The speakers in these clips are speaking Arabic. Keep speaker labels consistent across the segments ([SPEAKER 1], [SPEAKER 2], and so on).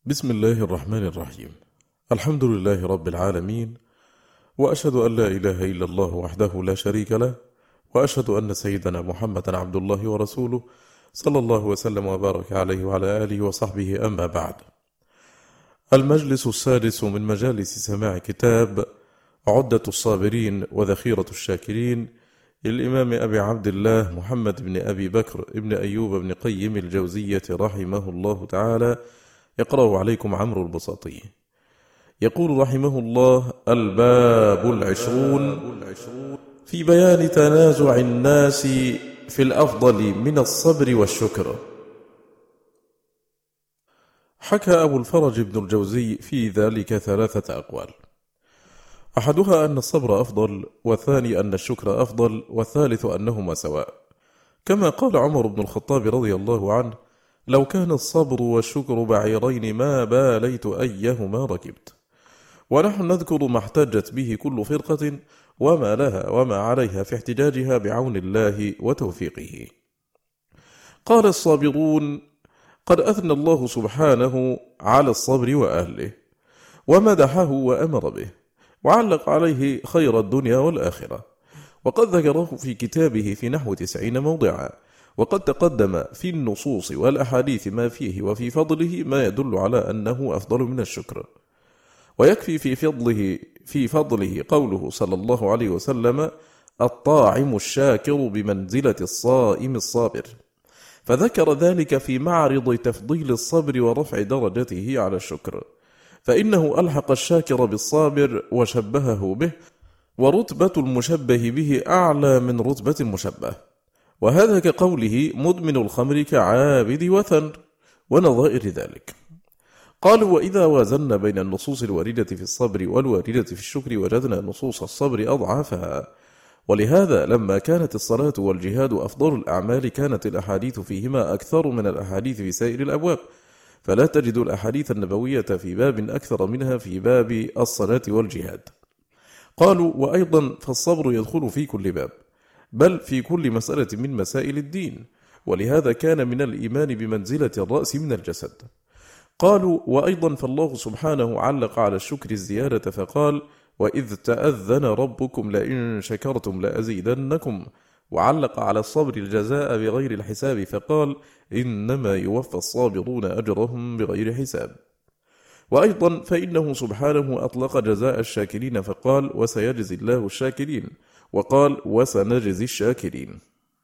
[SPEAKER 1] بسم الله الرحمن الرحيم. الحمد لله رب العالمين، وأشهد أن لا إله إلا الله وحده لا شريك له، وأشهد أن سيدنا محمدا عبد الله ورسوله صلى الله وسلم وبارك عليه وعلى آله وصحبه. أما بعد، المجلس السادس من مجالس سماع كتاب عدة الصابرين وذخيرة الشاكرين للإمام أبي عبد الله محمد بن أبي بكر بن أيوب بن قيم الجوزية رحمه الله تعالى، يقرأ عليكم عمرو البساطي. يقول رحمه الله: الباب العشرون في بيان تنازع الناس في الأفضل من الصبر والشكر. حكى أبو الفرج بن الجوزي في ذلك ثلاثة أقوال: أحدها أن الصبر أفضل، والثاني أن الشكر أفضل، والثالث أنهما سواء. كما قال عمر بن الخطاب رضي الله عنه: لو كان الصبر والشكر بعيرين ما باليت أيهما ركبت. ونحن نذكر ما احتجت به كل فرقة وما لها وما عليها في احتجاجها بعون الله وتوفيقه. قال الصابرون: قد أثنى الله سبحانه على الصبر وأهله، ومدحه وأمر به، وعلق عليه خير الدنيا والآخرة، وقد ذكره في كتابه في نحو 90 موضعا، وقد تقدم في النصوص والأحاديث ما فيه وفي فضله ما يدل على أنه أفضل من الشكر. ويكفي في فضله قوله صلى الله عليه وسلم: الطاعم الشاكر بمنزلة الصائم الصابر، فذكر ذلك في معرض تفضيل الصبر ورفع درجته على الشكر، فإنه ألحق الشاكر بالصابر وشبهه به، ورتبة المشبه به أعلى من رتبة المشبه. وهذا كقوله: مدمن الخمر كعابد وثن، ونظائر ذلك. قالوا: وإذا وازنا بين النصوص الواردة في الصبر والواردة في الشكر وجدنا نصوص الصبر أضعافها. ولهذا لما كانت الصلاة والجهاد أفضل الأعمال كانت الأحاديث فيهما أكثر من الأحاديث في سائر الأبواب، فلا تجد الأحاديث النبوية في باب أكثر منها في باب الصلاة والجهاد. قالوا: وأيضا فالصبر يدخل في كل باب، بل في كل مسألة من مسائل الدين، ولهذا كان من الإيمان بمنزلة الرأس من الجسد. قالوا: وأيضا فالله سبحانه علق على الشكر الزيادة فقال: وإذ تأذن ربكم لئن شكرتم لأزيدنكم، وعلق على الصبر الجزاء بغير الحساب فقال: إنما يوفى الصابرون أجرهم بغير حساب. وأيضا فإنه سبحانه أطلق جزاء الشاكرين فقال: وسيجزي الله الشاكرين، وقال: وسنجزي الشاكرين.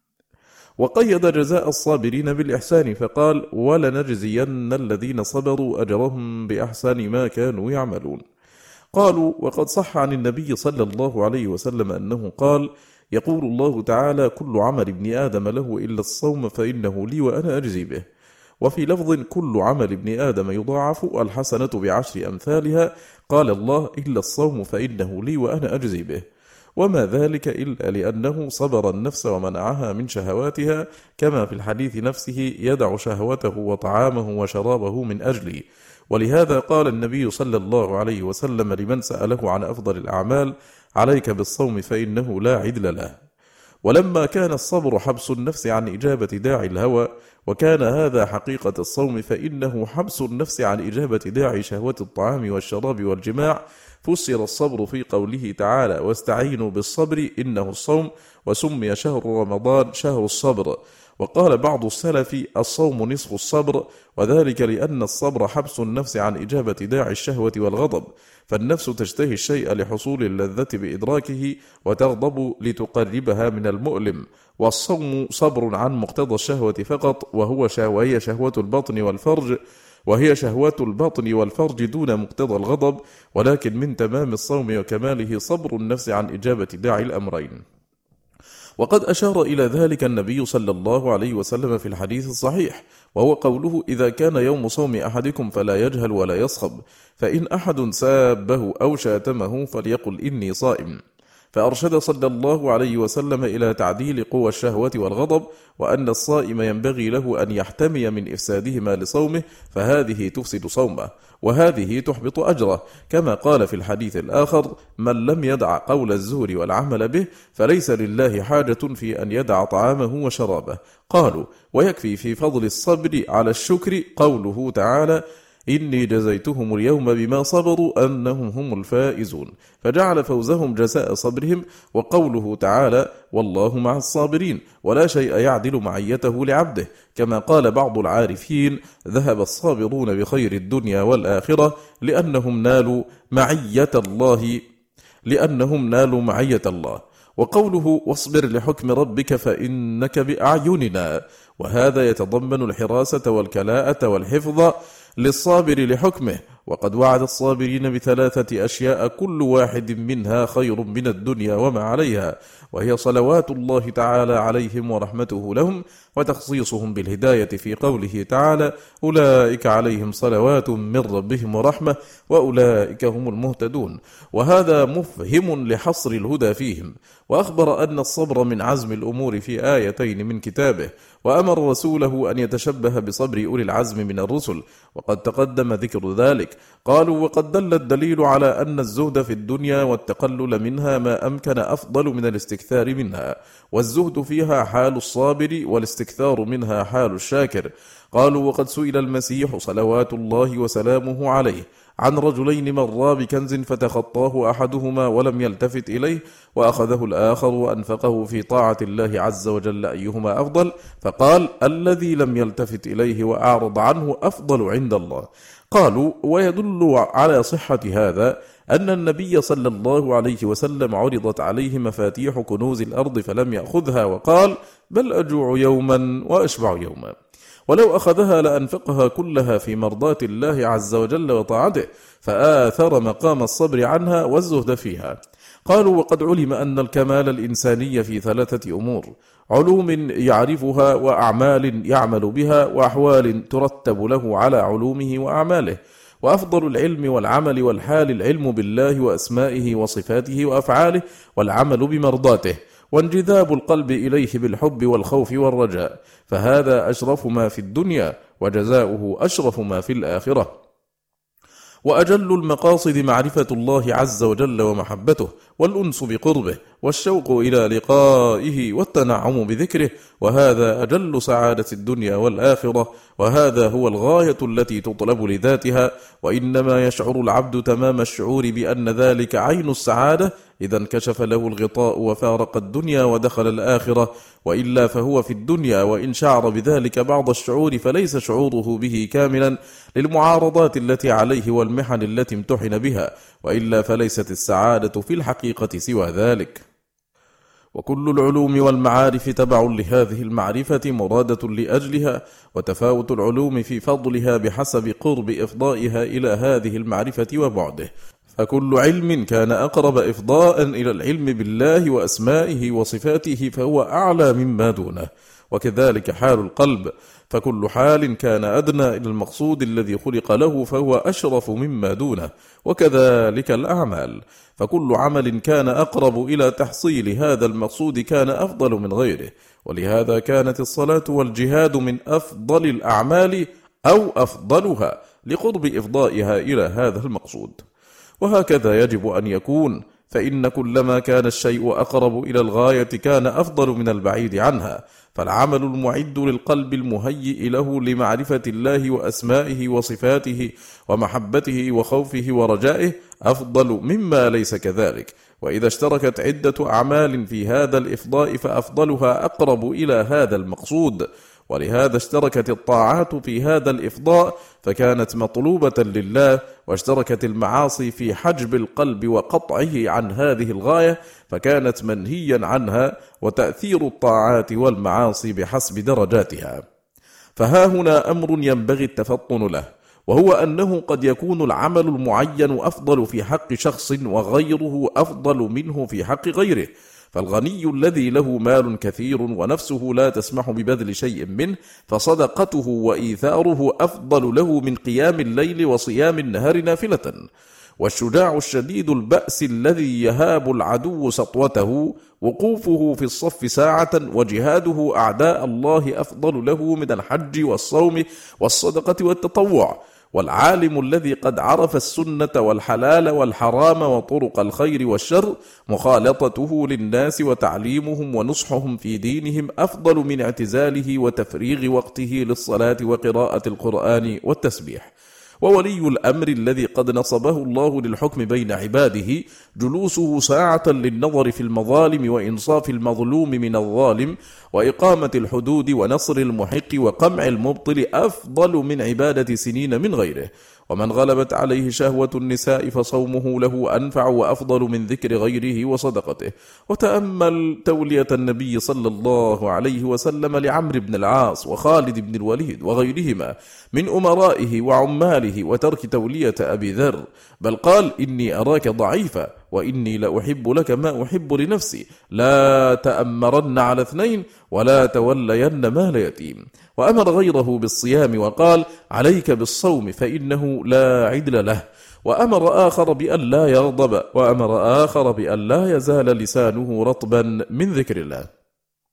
[SPEAKER 1] وقيد جزاء الصابرين بالإحسان فقال: ولنجزين الذين صبروا أجرهم بأحسن ما كانوا يعملون. قالوا: وقد صح عن النبي صلى الله عليه وسلم أنه قال: يقول الله تعالى: كل عمل ابن آدم له إلا الصوم فإنه لي وأنا أجزي به. وفي لفظ: كل عمل ابن آدم يضاعف الحسنة بعشر أمثالها، قال الله: إلا الصوم فإنه لي وأنا أجزي به. وما ذلك إلا لأنه صبر النفس ومنعها من شهواتها، كما في الحديث نفسه: يدع شهوته وطعامه وشرابه من أجلي. ولهذا قال النبي صلى الله عليه وسلم لمن سأله عن أفضل الأعمال: عليك بالصوم فإنه لا عدل له. ولما كان الصبر حبس النفس عن إجابة داعي الهوى، وكان هذا حقيقة الصوم، فإنه حبس النفس عن إجابة داعي شهوة الطعام والشراب والجماع، فسر الصبر في قوله تعالى: واستعينوا بالصبر إنه الصوم، وسمي شهر رمضان شهر الصبر. وقال بعض السلف: الصوم نصف الصبر، وذلك لأن الصبر حبس النفس عن إجابة داعي الشهوة والغضب، فالنفس تشتهي الشيء لحصول اللذة بإدراكه، وتغضب لتقربها من المؤلم، والصوم صبر عن مقتضى الشهوة فقط، وهي شهوة البطن والفرج، وهي شهوات البطن والفرج دون مقتضى الغضب. ولكن من تمام الصوم وكماله صبر النفس عن إجابة داعي الأمرين. وقد أشار إلى ذلك النبي صلى الله عليه وسلم في الحديث الصحيح، وهو قوله: إذا كان يوم صوم أحدكم فلا يجهل ولا يصخب، فإن أحد سابه أو شاتمه فليقل إني صائم. فأرشد صلى الله عليه وسلم إلى تعديل قوى الشهوة والغضب، وأن الصائم ينبغي له أن يحتمي من إفسادهما لصومه، فهذه تفسد صومه، وهذه تحبط أجره، كما قال في الحديث الآخر: من لم يدع قول الزور والعمل به فليس لله حاجة في أن يدع طعامه وشرابه. قالوا: ويكفي في فضل الصبر على الشكر قوله تعالى: إني جزيتهم اليوم بما صبروا أنهم هم الفائزون، فجعل فوزهم جزاء صبرهم. وقوله تعالى: والله مع الصابرين، ولا شيء يعدل معيته لعبده، كما قال بعض العارفين: ذهب الصابرون بخير الدنيا والآخرة لأنهم نالوا معية الله. وقوله: واصبر لحكم ربك فإنك بأعيننا، وهذا يتضمن الحراسة والكلاءة والحفظ للصابر لحكمه. وقد وعد الصابرين بثلاثة أشياء كل واحد منها خير من الدنيا وما عليها، وهي صلوات الله تعالى عليهم ورحمته لهم، وتخصيصهم بالهداية في قوله تعالى: أولئك عليهم صلوات من ربهم ورحمة وأولئك هم المهتدون. وهذا مفهم لحصر الهدى فيهم. وأخبر أن الصبر من عزم الأمور في آيتين من كتابه، وأمر رسوله أن يتشبه بصبر أولي العزم من الرسل، وقد تقدم ذكر ذلك. قالوا: وقد دل الدليل على أن الزهد في الدنيا والتقلل منها ما أمكن أفضل من الاستكثار منها، والزهد فيها حال الصابر والاستكثار منها حال الشاكر. قالوا: وقد سئل المسيح صلوات الله وسلامه عليه عن رجلين مرا بكنز فتخطاه أحدهما ولم يلتفت إليه، وأخذه الآخر وأنفقه في طاعة الله عز وجل، أيهما أفضل؟ فقال: الذي لم يلتفت إليه وأعرض عنه أفضل عند الله. قالوا: ويدل على صحة هذا أن النبي صلى الله عليه وسلم عرضت عليه مفاتيح كنوز الأرض فلم يأخذها، وقال: بل أجوع يوما وأشبع يوما، ولو أخذها لأنفقها كلها في مرضاة الله عز وجل وطاعته، فآثر مقام الصبر عنها والزهد فيها. قالوا: وقد علم أن الكمال الإنساني في ثلاثة أمور: علوم يعرفها، وأعمال يعمل بها، وأحوال ترتب له على علومه وأعماله. وأفضل العلم والعمل والحال العلم بالله وأسمائه وصفاته وأفعاله، والعمل بمرضاته، وانجذاب القلب إليه بالحب والخوف والرجاء، فهذا أشرف ما في الدنيا، وجزاؤه أشرف ما في الآخرة. وأجل المقاصد معرفة الله عز وجل ومحبته، والأنس بقربه، والشوق إلى لقائه، والتنعم بذكره، وهذا أجل سعادة الدنيا والآخرة، وهذا هو الغاية التي تطلب لذاتها. وإنما يشعر العبد تمام الشعور بأن ذلك عين السعادة إذا انكشف له الغطاء وفارق الدنيا ودخل الآخرة، وإلا فهو في الدنيا وإن شعر بذلك بعض الشعور فليس شعوره به كاملا للمعارضات التي عليه والمحن التي امتحن بها، وإلا فليست السعادة في الحقيقة سوى ذلك. وكل العلوم والمعارف تبع لهذه المعرفة مرادة لأجلها، وتفاوت العلوم في فضلها بحسب قرب إفضائها إلى هذه المعرفة وبعده، فكل علم كان أقرب إفضاء إلى العلم بالله وأسمائه وصفاته فهو أعلى مما دونه. وكذلك حال القلب، فكل حال كان أدنى إلى المقصود الذي خلق له فهو أشرف مما دونه. وكذلك الأعمال، فكل عمل كان أقرب إلى تحصيل هذا المقصود كان أفضل من غيره. ولهذا كانت الصلاة والجهاد من أفضل الأعمال أو أفضلها لقرب إفضائها إلى هذا المقصود. وهكذا يجب أن يكون، فإن كلما كان الشيء أقرب إلى الغاية كان أفضل من البعيد عنها. فالعمل المعد للقلب المهيئ له لمعرفة الله وأسمائه وصفاته ومحبته وخوفه ورجائه أفضل مما ليس كذلك. وإذا اشتركت عدة أعمال في هذا الإفضاء فأفضلها أقرب إلى هذا المقصود. ولهذا اشتركت الطاعات في هذا الإفضاء فكانت مطلوبة لله، واشتركت المعاصي في حجب القلب وقطعه عن هذه الغاية فكانت منهيا عنها، وتأثير الطاعات والمعاصي بحسب درجاتها. فها هنا أمر ينبغي التفطن له، وهو أنه قد يكون العمل المعين أفضل في حق شخص وغيره أفضل منه في حق غيره. فالغني الذي له مال كثير ونفسه لا تسمح ببذل شيء منه فصدقته وإيثاره أفضل له من قيام الليل وصيام النهار نافلة. والشجاع الشديد البأس الذي يهاب العدو سطوته وقوفه في الصف ساعة وجهاده أعداء الله أفضل له من الحج والصوم والصدقة والتطوع. والعالم الذي قد عرف السنة والحلال والحرام وطرق الخير والشر مخالطته للناس وتعليمهم ونصحهم في دينهم أفضل من اعتزاله وتفريغ وقته للصلاة وقراءة القرآن والتسبيح. وولي الأمر الذي قد نصبه الله للحكم بين عباده جلوسه ساعة للنظر في المظالم وإنصاف المظلوم من الظالم وإقامة الحدود ونصر المحق وقمع المبطل أفضل من عبادة سنين من غيره. ومن غلبت عليه شهوة النساء فصومه له أنفع وأفضل من ذكر غيره وصدقته. وتأمل تولية النبي صلى الله عليه وسلم لعمرو بن العاص وخالد بن الوليد وغيرهما من أمرائه وعماله وترك تولية أبي ذر، بل قال: إني أراك ضعيفا وإني لأحب لك ما أحب لنفسي، لا تأمرن على اثنين ولا تولين مال يتيم. وأمر غيره بالصيام وقال: عليك بالصوم فإنه لا عدل له. وأمر آخر بأن لا يغضب، وأمر آخر بأن لا يزال لسانه رطبا من ذكر الله.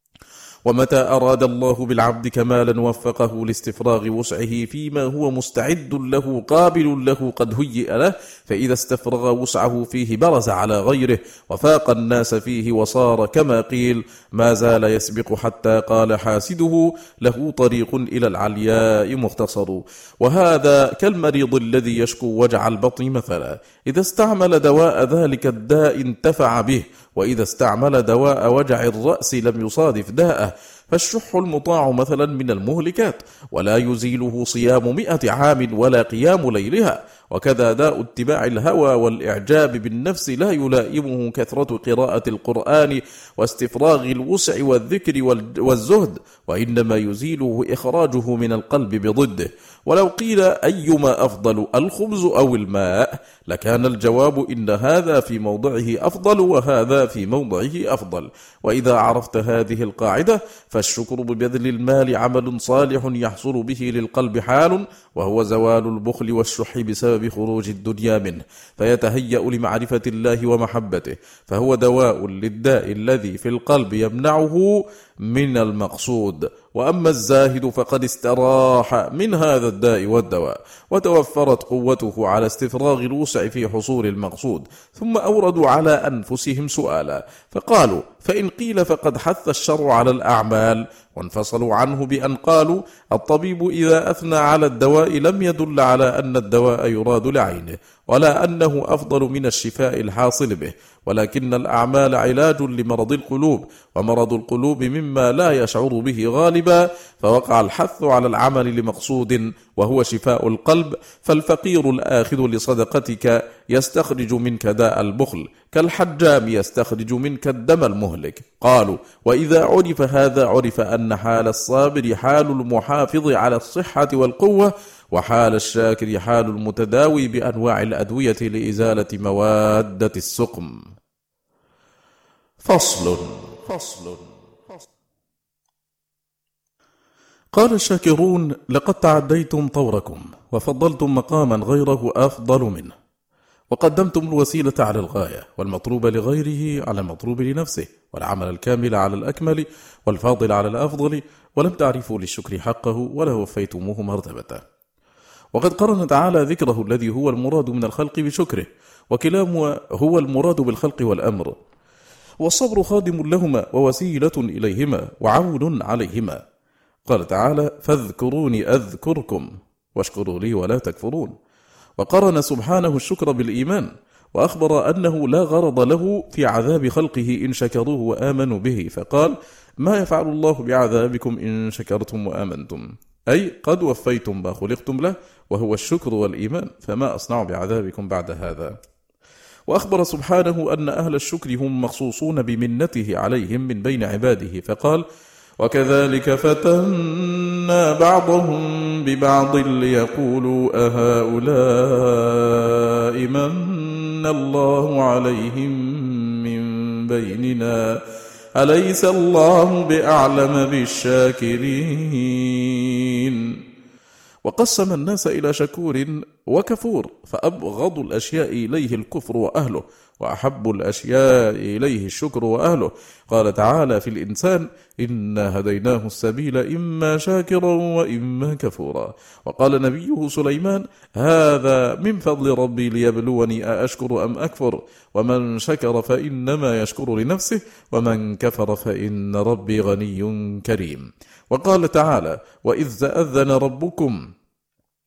[SPEAKER 1] ومتى أراد الله بالعبد كمالا وفقه لاستفراغ وسعه فيما هو مستعد له قابل له قد هيئ له، فإذا استفرغ وسعه فيه برز على غيره وفاق الناس فيه، وصار كما قيل: ما زال يسبق حتى قال حاسده له طريق إلى العلياء مختصر. وهذا كالمريض الذي يشكو وجع البطن مثلا، إذا استعمل دواء ذلك الداء انتفع به، وإذا استعمل دواء وجع الرأس لم يصادف داءه. فالشح المطاع مثلا من المهلكات، ولا يزيله صيام 100 عام ولا قيام ليلها. وكذا داء اتباع الهوى والإعجاب بالنفس لا يلائمه كثرة قراءة القرآن واستفراغ الوسع والذكر والزهد، وإنما يزيله إخراجه من القلب بضده. ولو قيل أيما أفضل، الخبز أو الماء، لكان الجواب إن هذا في موضعه أفضل وهذا في موضعه أفضل. وإذا عرفت هذه القاعدة فالشكر ببذل المال عمل صالح يحصل به للقلب حال، وهو زوال البخل والشح بسبب خروج الدنيا منه، فيتهيأ لمعرفة الله ومحبته، فهو دواء للداء الذي في القلب يمنعه من المقصود. وأما الزاهد فقد استراح من هذا الداء والدواء، وتوفرت قوته على استفراغ الوسع في حصول المقصود. ثم أوردوا على أنفسهم سؤالا فقالوا: فإن قيل فقد حث الشرع على الأعمال، وانفصلوا عنه بأن قالوا: الطبيب إذا أثنى على الدواء لم يدل على أن الدواء يراد لعينه، ولا أنه أفضل من الشفاء الحاصل به، ولكن الأعمال علاج لمرض القلوب، ومرض القلوب مما لا يشعر به غالبا، فوقع الحث على العمل لمقصود وهو شفاء القلب. فالفقير الآخذ لصدقتك يستخرج منك داء البخل، كالحجام يستخرج منك الدم المهلك. قالوا: وإذا عرف هذا عرف أن حال الصابر حال المحافظ على الصحة والقوة، وحال الشاكر حال المتداوي بأنواع الأدوية لإزالة مواد السقم. فصل. قال الشاكرون: لقد تعديتم طوركم وفضلتم مقاما غيره أفضل منه، وقدمتم الوسيلة على الغاية، والمطلوب لغيره على المطلوب لنفسه، والعمل الكامل على الأكمل، والفاضل على الأفضل، ولم تعرفوا للشكر حقه ولا وفيتموه مرتبته. وقد قرن تعالى ذكره الذي هو المراد من الخلق بشكره، وكلاهما هو المراد بالخلق والأمر، والصبر خادم لهما ووسيلة إليهما وعون عليهما. قال تعالى: فاذكروني أذكركم واشكروا لي ولا تكفرون. وقرن سبحانه الشكر بالإيمان، وأخبر أنه لا غرض له في عذاب خلقه إن شكروه وآمنوا به، فقال: ما يفعل الله بعذابكم إن شكرتم وآمنتم، أي قد وفيتم ما خلقتم له، وهو الشكر والإيمان، فما أصنع بعذابكم بعد هذا. وأخبر سبحانه أن أهل الشكر هم مخصوصون بمنته عليهم من بين عباده، فقال: وكذلك فتنا بعضهم ببعض ليقولوا أهؤلاء من الله عليهم من بيننا أليس الله بأعلم بالشاكرين. وقسم الناس إلى شكور وكفور، فأبغض الأشياء إليه الكفر وأهله، وأحب الأشياء إليه الشكر وأهله. قال تعالى في الإنسان: إنا هديناه السبيل إما شاكرا وإما كفورا. وقال نبيه سليمان: هذا من فضل ربي ليبلوني أأشكر أم أكفر، ومن شكر فإنما يشكر لنفسه، ومن كفر فإن ربي غني كريم. وقال تعالى: وإذ تأذن ربكم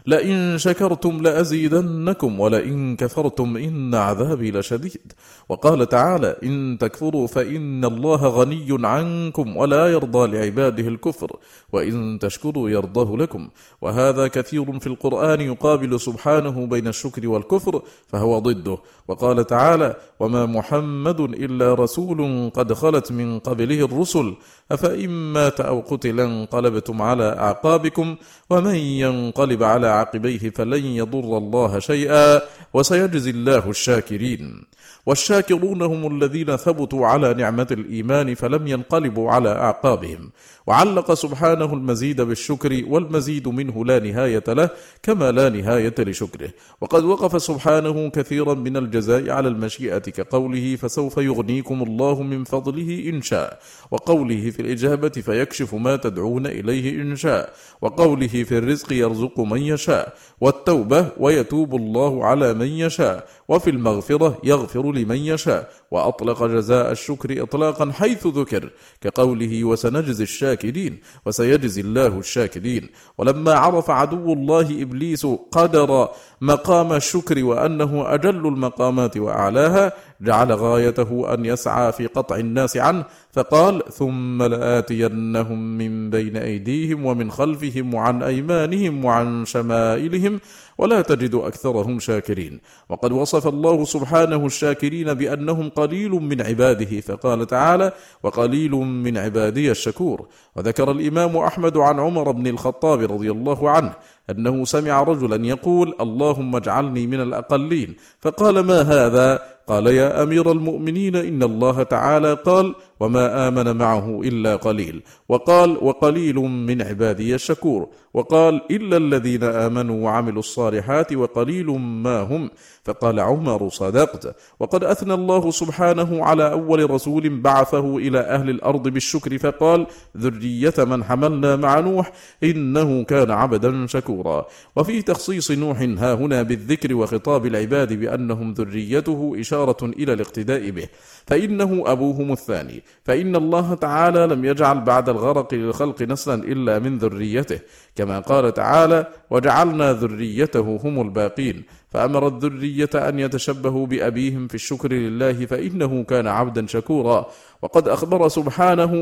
[SPEAKER 1] لئن شكرتم لأزيدنكم ولئن كفرتم إن عذابي لشديد. وقال تعالى إن تكفروا فإن الله غني عنكم ولا يرضى لعباده الكفر وإن تشكروا يرضه لكم. وهذا كثير في القرآن يقابل سبحانه بين الشكر والكفر فهو ضده. وقال تعالى وما محمد إلا رسول قد خلت من قبله الرسل أفإن مات أو قتل انقلبتم على أعقابكم ومن ينقلب على عقبيه فلن يضر الله شيئا وسيجزي الله الشاكرين. والشاكرون هم الذين ثبتوا على نعمة الإيمان فلم ينقلبوا على أعقابهم. وعلق سبحانه المزيد بالشكر والمزيد منه لا نهاية له كما لا نهاية لشكره. وقد وقف سبحانه كثيرا من الجزاء على المشيئة كقوله فسوف يغنيكم الله من فضله إن شاء، وقوله في الإجابة فيكشف ما تدعون إليه إن شاء، وقوله في الرزق يرزق من يشاء، والتوبة ويتوب الله على من يشاء، وفي المغفرة يغفر لمن يشاء. وأطلق جزاء الشكر إطلاقا حيث ذكر كقوله وسنجزي الشاكرين وسيجزي الله الشاكرين. ولما عرف عدو الله إبليس قدر مقام الشكر وأنه أجل المقامات وأعلاها جعل غايته أن يسعى في قطع الناس عنه فقال ثم لآتينهم من بين أيديهم ومن خلفهم وعن أيمانهم وعن شمائلهم ولا تجد أكثرهم شاكرين. وقد وصف الله سبحانه الشاكرين بأنهم قليل من عباده فقال تعالى وقليل من عبادي الشكور. وذكر الإمام أحمد عن عمر بن الخطاب رضي الله عنه أنه سمع رجلا يقول اللهم اجعلني من الأقلين فقال ما هذا؟ قال يا أمير المؤمنين إن الله تعالى قال وما آمن معه إلا قليل، وقال وقليل من عبادي الشكور، وقال إلا الذين آمنوا وعملوا الصالحات وقليل ما هم. فقال عمر صدقت. وقد أثنى الله سبحانه على أول رسول بعثه إلى أهل الأرض بالشكر فقال ذرية من حملنا مع نوح إنه كان عبدا شكورا. وفي تخصيص نوح ها هنا بالذكر وخطاب العباد بأنهم ذريته إشارة إلى الاقتداء به فإنه أبوهم الثاني، فإن الله تعالى لم يجعل بعد الغرق للخلق نسلا إلا من ذريته كما قال تعالى وجعلنا ذريته هم الباقين، فأمر الذرية أن يتشبهوا بأبيهم في الشكر لله فإنه كان عبدا شكورا. وقد أخبر سبحانه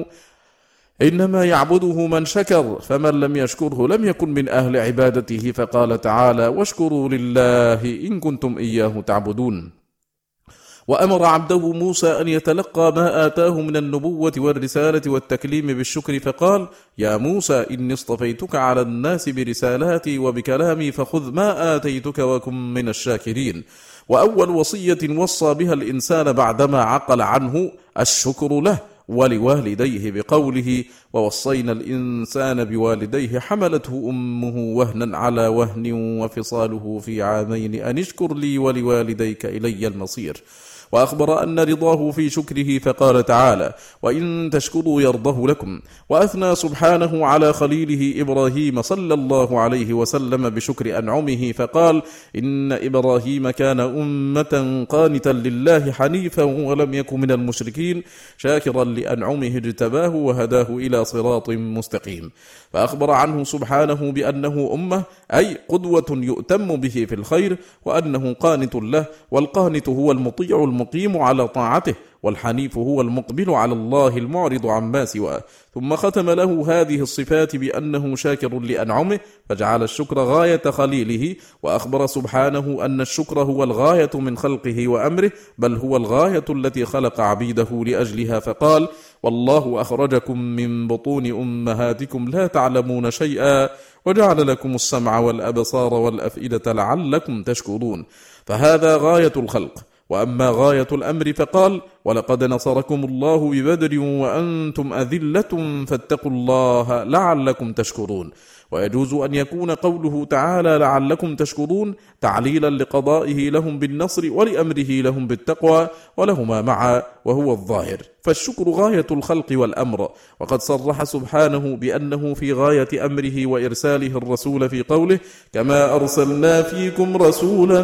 [SPEAKER 1] إنما يعبده من شكر فمن لم يشكره لم يكن من أهل عبادته فقال تعالى واشكروا لله إن كنتم إياه تعبدون. وأمر عبده موسى أن يتلقى ما آتاه من النبوة والرسالة والتكليم بالشكر فقال يا موسى إني اصطفيتك على الناس برسالاتي وبكلامي فخذ ما آتيتك وكن من الشاكرين. وأول وصية وصى بها الإنسان بعدما عقل عنه الشكر له ولوالديه بقوله ووصينا الإنسان بوالديه حملته أمه وهنا على وهن وفصاله في عامين أن اشكر لي ولوالديك إلي المصير. وأخبر أن رضاه في شكره فقال تعالى وإن تشكروا يرضه لكم. وأثنى سبحانه على خليله إبراهيم صلى الله عليه وسلم بشكر أنعمه فقال إن إبراهيم كان أمة قانتا لله حنيفا ولم يكن من المشركين شاكرا لأنعمه اجتباه وهداه إلى صراط مستقيم. فأخبر عنه سبحانه بأنه أمة أي قدوة يؤتم به في الخير وأنه قانت له، والقانت هو المطيع المقيم على طاعته، والحنيف هو المقبل على الله المعرض عما سواه. ثم ختم له هذه الصفات بأنه شاكر لأنعمه فجعل الشكر غاية خليله. وأخبر سبحانه أن الشكر هو الغاية من خلقه وأمره بل هو الغاية التي خلق عبيده لأجلها فقال والله أخرجكم من بطون أمهاتكم لا تعلمون شيئا وجعل لكم السمع والأبصار والأفئدة لعلكم تشكرون. فهذا غاية الخلق. وأما غاية الأمر فقال ولقد نصركم الله ببدر وأنتم أذلة فاتقوا الله لعلكم تشكرون. ويجوز أن يكون قوله تعالى لعلكم تشكرون تعليلا لقضائه لهم بالنصر ولأمره لهم بالتقوى ولهما معا وهو الظاهر. فالشكر غاية الخلق والأمر. وقد صرح سبحانه بأنه في غاية أمره وإرساله الرسول في قوله كما أرسلنا فيكم رسولا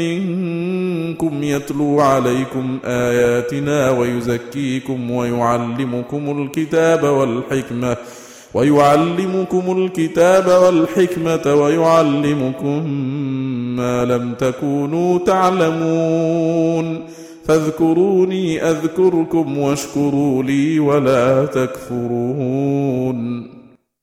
[SPEAKER 1] منكم يتلو عليكم آياتنا ويزكيكم ويعلمكم الكتاب والحكمة ويعلمكم الكتاب والحكمة ويعلمكم ما لم تكونوا تعلمون فاذكروني أذكركم واشكروا لي ولا تكفرون.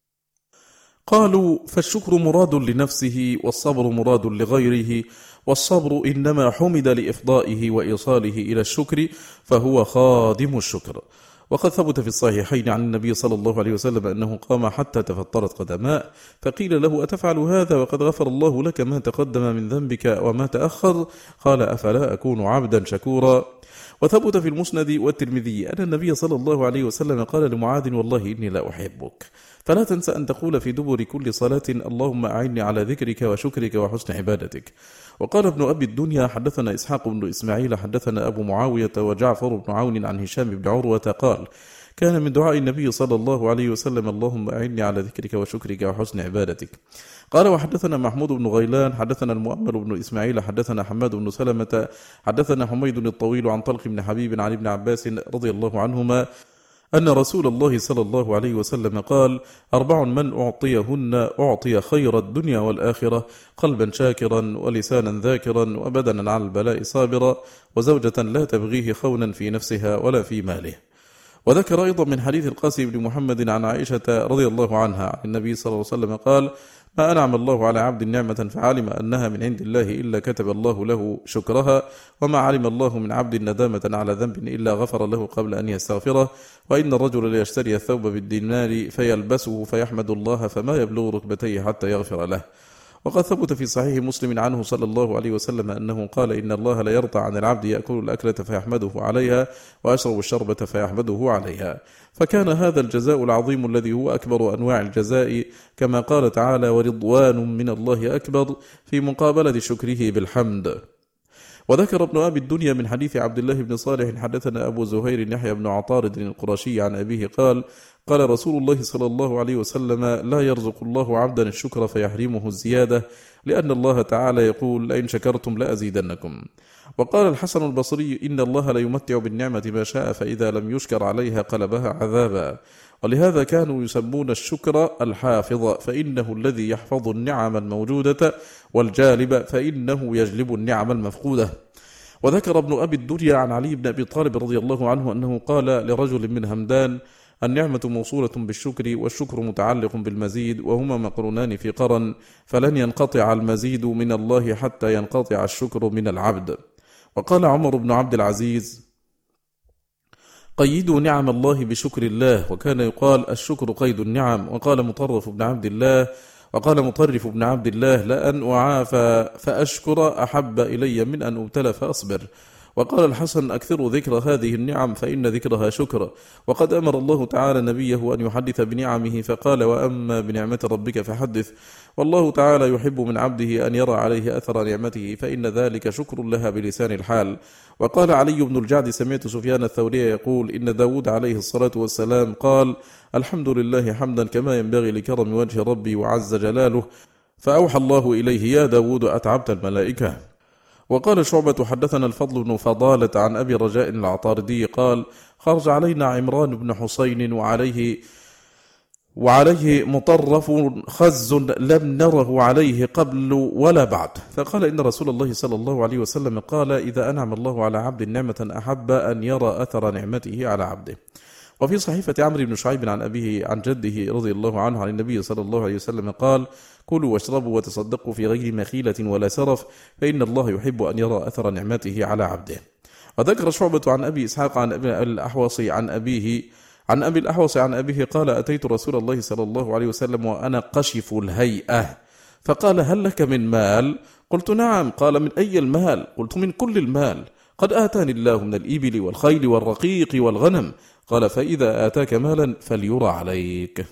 [SPEAKER 1] قالوا: فالشكر مراد لنفسه والصبر مراد لغيره، والصبر إنما حمد لإفضائه وإيصاله إلى الشكر فهو خادم الشكر. وقد ثبت في الصحيحين عن النبي صلى الله عليه وسلم أنه قام حتى تفطرت قدماه، فقيل له: أتفعل هذا وقد غفر الله لك ما تقدم من ذنبك وما تأخر؟ قال: أفلا أكون عبدا شكورا. وثبت في المسند والترمذي أن النبي صلى الله عليه وسلم قال لمعاذ: والله إني لا أحبك، فلا تنسى أن تقول في دبر كل صلاة: اللهم أعني على ذكرك وشكرك وحسن عبادتك. وقال ابن أبي الدنيا: حدثنا إسحاق بن إسماعيل حدثنا أبو معاوية وجعفر بن عون عن هشام بن عروة قال: كان من دعاء النبي صلى الله عليه وسلم: اللهم أعني على ذكرك وشكرك وحسن عبادتك. قال: وحدثنا محمود بن غيلان حدثنا المؤمل بن إسماعيل حدثنا حماد بن سلمة حدثنا حميد الطويل عن طلق بن حبيب عن ابن عباس رضي الله عنهما أن رسول الله صلى الله عليه وسلم قال: 4 من أعطيهن أعطي خير الدنيا والآخرة: قلبا شاكرا ولسانا ذاكرا وبدنا على البلاء صابرا وزوجة لا تبغيه خونا في نفسها ولا في ماله. وذكر أيضا من حديث القاسم بن محمد عن عائشة رضي الله عنها عن النبي صلى الله عليه وسلم قال: ما أنعم الله على عبد نعمة فعلم أنها من عند الله إلا كتب الله له شكرها، وما علم الله من عبد ندامة على ذنب إلا غفر له قبل أن يستغفره، وإن الرجل ليشتري الثوب بالدينار فيلبسه فيحمد الله فما يبلغ ركبتيه حتى يغفر له. وقد ثبت في صحيح مسلم عنه صلى الله عليه وسلم أنه قال: إن الله لا يرضى عن العبد يأكل الأكلة فيحمده عليها ويشرب الشربة فيحمده عليها. فكان هذا الجزاء العظيم الذي هو أكبر أنواع الجزاء، كما قال تعالى: ورضوان من الله أكبر، في مقابلة شكره بالحمد. وذكر ابن أبي الدنيا من حديث عبد الله بن صالح حدثنا أبو زهير يحيى بن عطارد القرشي عن أبيه قال: قال رسول الله صلى الله عليه وسلم: لا يرزق الله عبدا الشكر فيحرمه الزيادة، لأن الله تعالى يقول: لئن شكرتم لأزيدنكم. وقال الحسن البصري: إن الله لا يمتع بالنعمة ما شاء، فإذا لم يشكر عليها قلبها عذابا. ولهذا كانوا يسمون الشكر الحافظ، فإنه الذي يحفظ النعم الموجودة، والجالب فإنه يجلب النعم المفقودة. وذكر ابن أبي الدنيا عن علي بن أبي طالب رضي الله عنه أنه قال لرجل من همدان: النعمة موصولة بالشكر، والشكر متعلق بالمزيد، وهما مقرونان في قرن، فلن ينقطع المزيد من الله حتى ينقطع الشكر من العبد. وقال عمر بن عبد العزيز: قيدوا نعم الله بشكر الله. وكان يقال: الشكر قيد النعم. وقال مطرف بن عبد الله: لأن أعافى فأشكر أحب إلي من أن أبتلى فأصبر. وقال الحسن: أكثروا ذكر هذه النعم فإن ذكرها شكر. وقد أمر الله تعالى نبيه أن يحدث بنعمه فقال: وأما بنعمة ربك فحدث. والله تعالى يحب من عبده أن يرى عليه أثر نعمته، فإن ذلك شكر لها بلسان الحال. وقال علي بن الجعد: سمعت سفيان الثوري يقول: إن داود عليه الصلاة والسلام قال: الحمد لله حمدا كما ينبغي لكرم وجه ربي وعز جلاله، فأوحى الله إليه: يا داود أتعبت الملائكة. وقال شعبة: حدثنا الفضل بن فضالة عن أبي رجاء العطاردي قال: خرج علينا عمران بن حسين وعليه مطرف خز لم نره عليه قبل ولا بعد، فقال: إن رسول الله صلى الله عليه وسلم قال: إذا أنعم الله على عبد نعمة أحب أن يرى أثر نعمته على عبده. وفي صحيفة عمرو بن شعيب عن أبيه عن جده رضي الله عنه عن النبي صلى الله عليه وسلم قال: كلوا واشربوا وتصدقوا في غير مخيلة ولا سرف، فإن الله يحب أن يرى أثر نعمته على عبده. وذكر شعبة عن أبي إسحاق عن أبي الأحوص عن أبيه قال: أتيت رسول الله صلى الله عليه وسلم وأنا قشف الهيئة، فقال: هل لك من مال؟ قلت: نعم. قال: من أي المال؟ قلت: من كل المال، قد آتاني الله من الإبل والخيل والرقيق والغنم. قال: فإذا آتاك مالا فليرى عليك.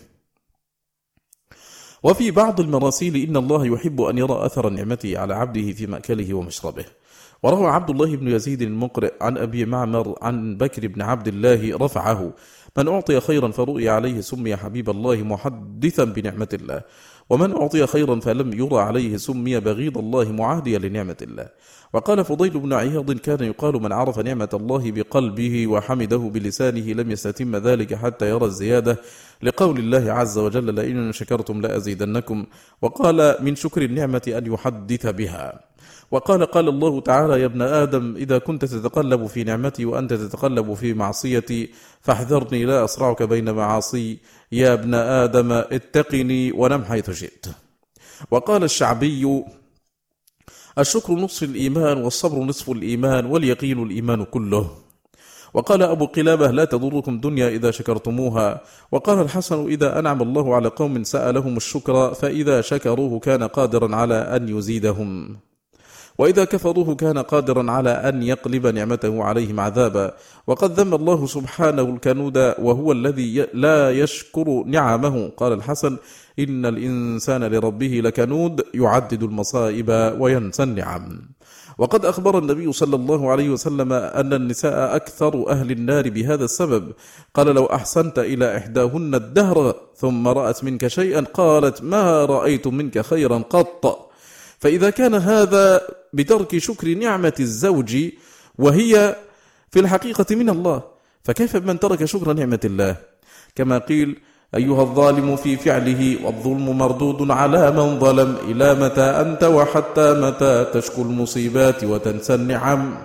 [SPEAKER 1] وفي بعض المراسيل: إن الله يحب أن يرى أثر نعمته على عبده في مأكله ومشربه. وروى عبد الله بن يزيد المقرئ عن أبي معمر عن بكر بن عبد الله رفعه: من أعطي خيرا فرؤي عليه سمي حبيب الله محدثا بنعمة الله. ومن أعطي خيرا فلم يرى عليه سمي بغيض الله معاديا لنعمة الله. وقال فضيل بن عياض: كان يقال من عرف نعمة الله بقلبه وحمده بلسانه لم يستتم ذلك حتى يرى الزيادة، لقول الله عز وجل: لئن شكرتم لأزيدنكم. وقال: من شكر النعمة أن يحدث بها. وقال: قال الله تعالى: يا ابن آدم إذا كنت تتقلب في نعمتي وأنت تتقلب في معصيتي فاحذرني لا أصرعك بين معاصي. يا ابن آدم اتقني ونم حيث شئت. وقال الشعبي: الشكر نصف الإيمان والصبر نصف الإيمان واليقين الإيمان كله. وقال أبو قلابة: لا تضركم دنيا إذا شكرتموها. وقال الحسن: إذا أنعم الله على قوم سألهم الشكر فإذا شكروه كان قادرا على أن يزيدهم، وإذا كفروه كان قادرا على أن يقلب نعمته عليهم عذابا. وقد ذم الله سبحانه الكنود وهو الذي لا يشكر نعمه. قال الحسن: إن الإنسان لربه لكنود يعدد المصائب وينسى النعم. وقد أخبر النبي صلى الله عليه وسلم أن النساء أكثر أهل النار بهذا السبب. قال: لو أحسنت إلى إحداهن الدهر ثم رأت منك شيئا قالت: ما رأيت منك خيرا قط. فإذا كان هذا بترك شكر نعمة الزوج وهي في الحقيقة من الله، فكيف بمن ترك شكر نعمة الله؟ كما قيل: أيها الظالم في فعله والظلم مردود على من ظلم، إلى متى أنت وحتى متى تشكو المصيبات وتنسى النعم.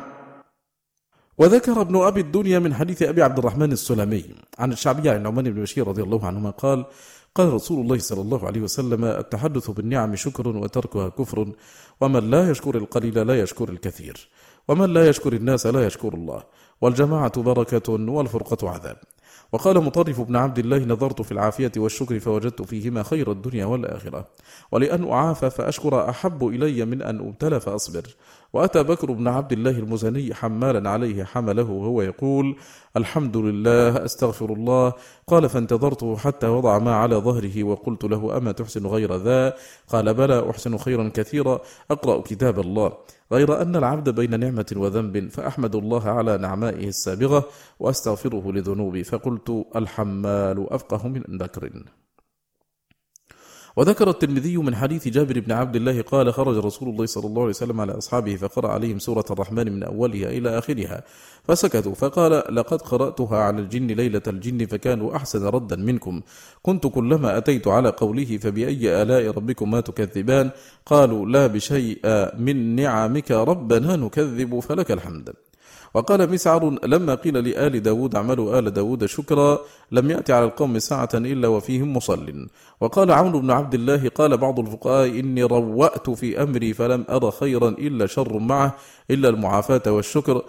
[SPEAKER 1] وذكر ابن أبي الدنيا من حديث أبي عبد الرحمن السلمي عن الشعبي عن النعمان بن بشير رضي الله عنهما قال: قال رسول الله صلى الله عليه وسلم: التحدث بالنعم شكر وتركها كفر، ومن لا يشكر القليل لا يشكر الكثير، ومن لا يشكر الناس لا يشكر الله، والجماعة بركة والفرقة عذاب. وقال مطرف بن عبد الله: نظرت في العافية والشكر فوجدت فيهما خير الدنيا والآخرة، ولأن أعافى فأشكر أحب إلي من أن أبتلى فأصبر. وأتى بكر بن عبد الله المزني حمالا عليه حمله وهو يقول: الحمد لله أستغفر الله. قال: فانتظرته حتى وضع ما على ظهره وقلت له: أما تحسن غير ذا؟ قال: بلى أحسن خيرا كثيرا، أقرأ كتاب الله، غير أن العبد بين نعمة وذنب، فأحمد الله على نعمائه السابغة وأستغفره لذنوبي. فقلت: الحمال أفقه من بكر. وذكر الترمذي من حديث جابر بن عبد الله قال: خرج رسول الله صلى الله عليه وسلم على أصحابه فقرأ عليهم سورة الرحمن من أولها إلى آخرها فسكتوا، فقال: لقد قرأتها على الجن ليلة الجن فكانوا أحسن ردا منكم، كنت كلما أتيت على قوله فبأي آلاء ربكما تكذبان قالوا: لا بشيء من نعمك ربنا نكذب فلك الحمد. وقال مسعر: لما قيل لآل داود اعملوا آل داود شكرا لم يأتي على القوم ساعة إلا وفيهم مصل. وقال عمرو بن عبد الله: قال بعض الفقهاء: إني روأت في أمري فلم أر خيرا إلا شر معه إلا المعافاة والشكر،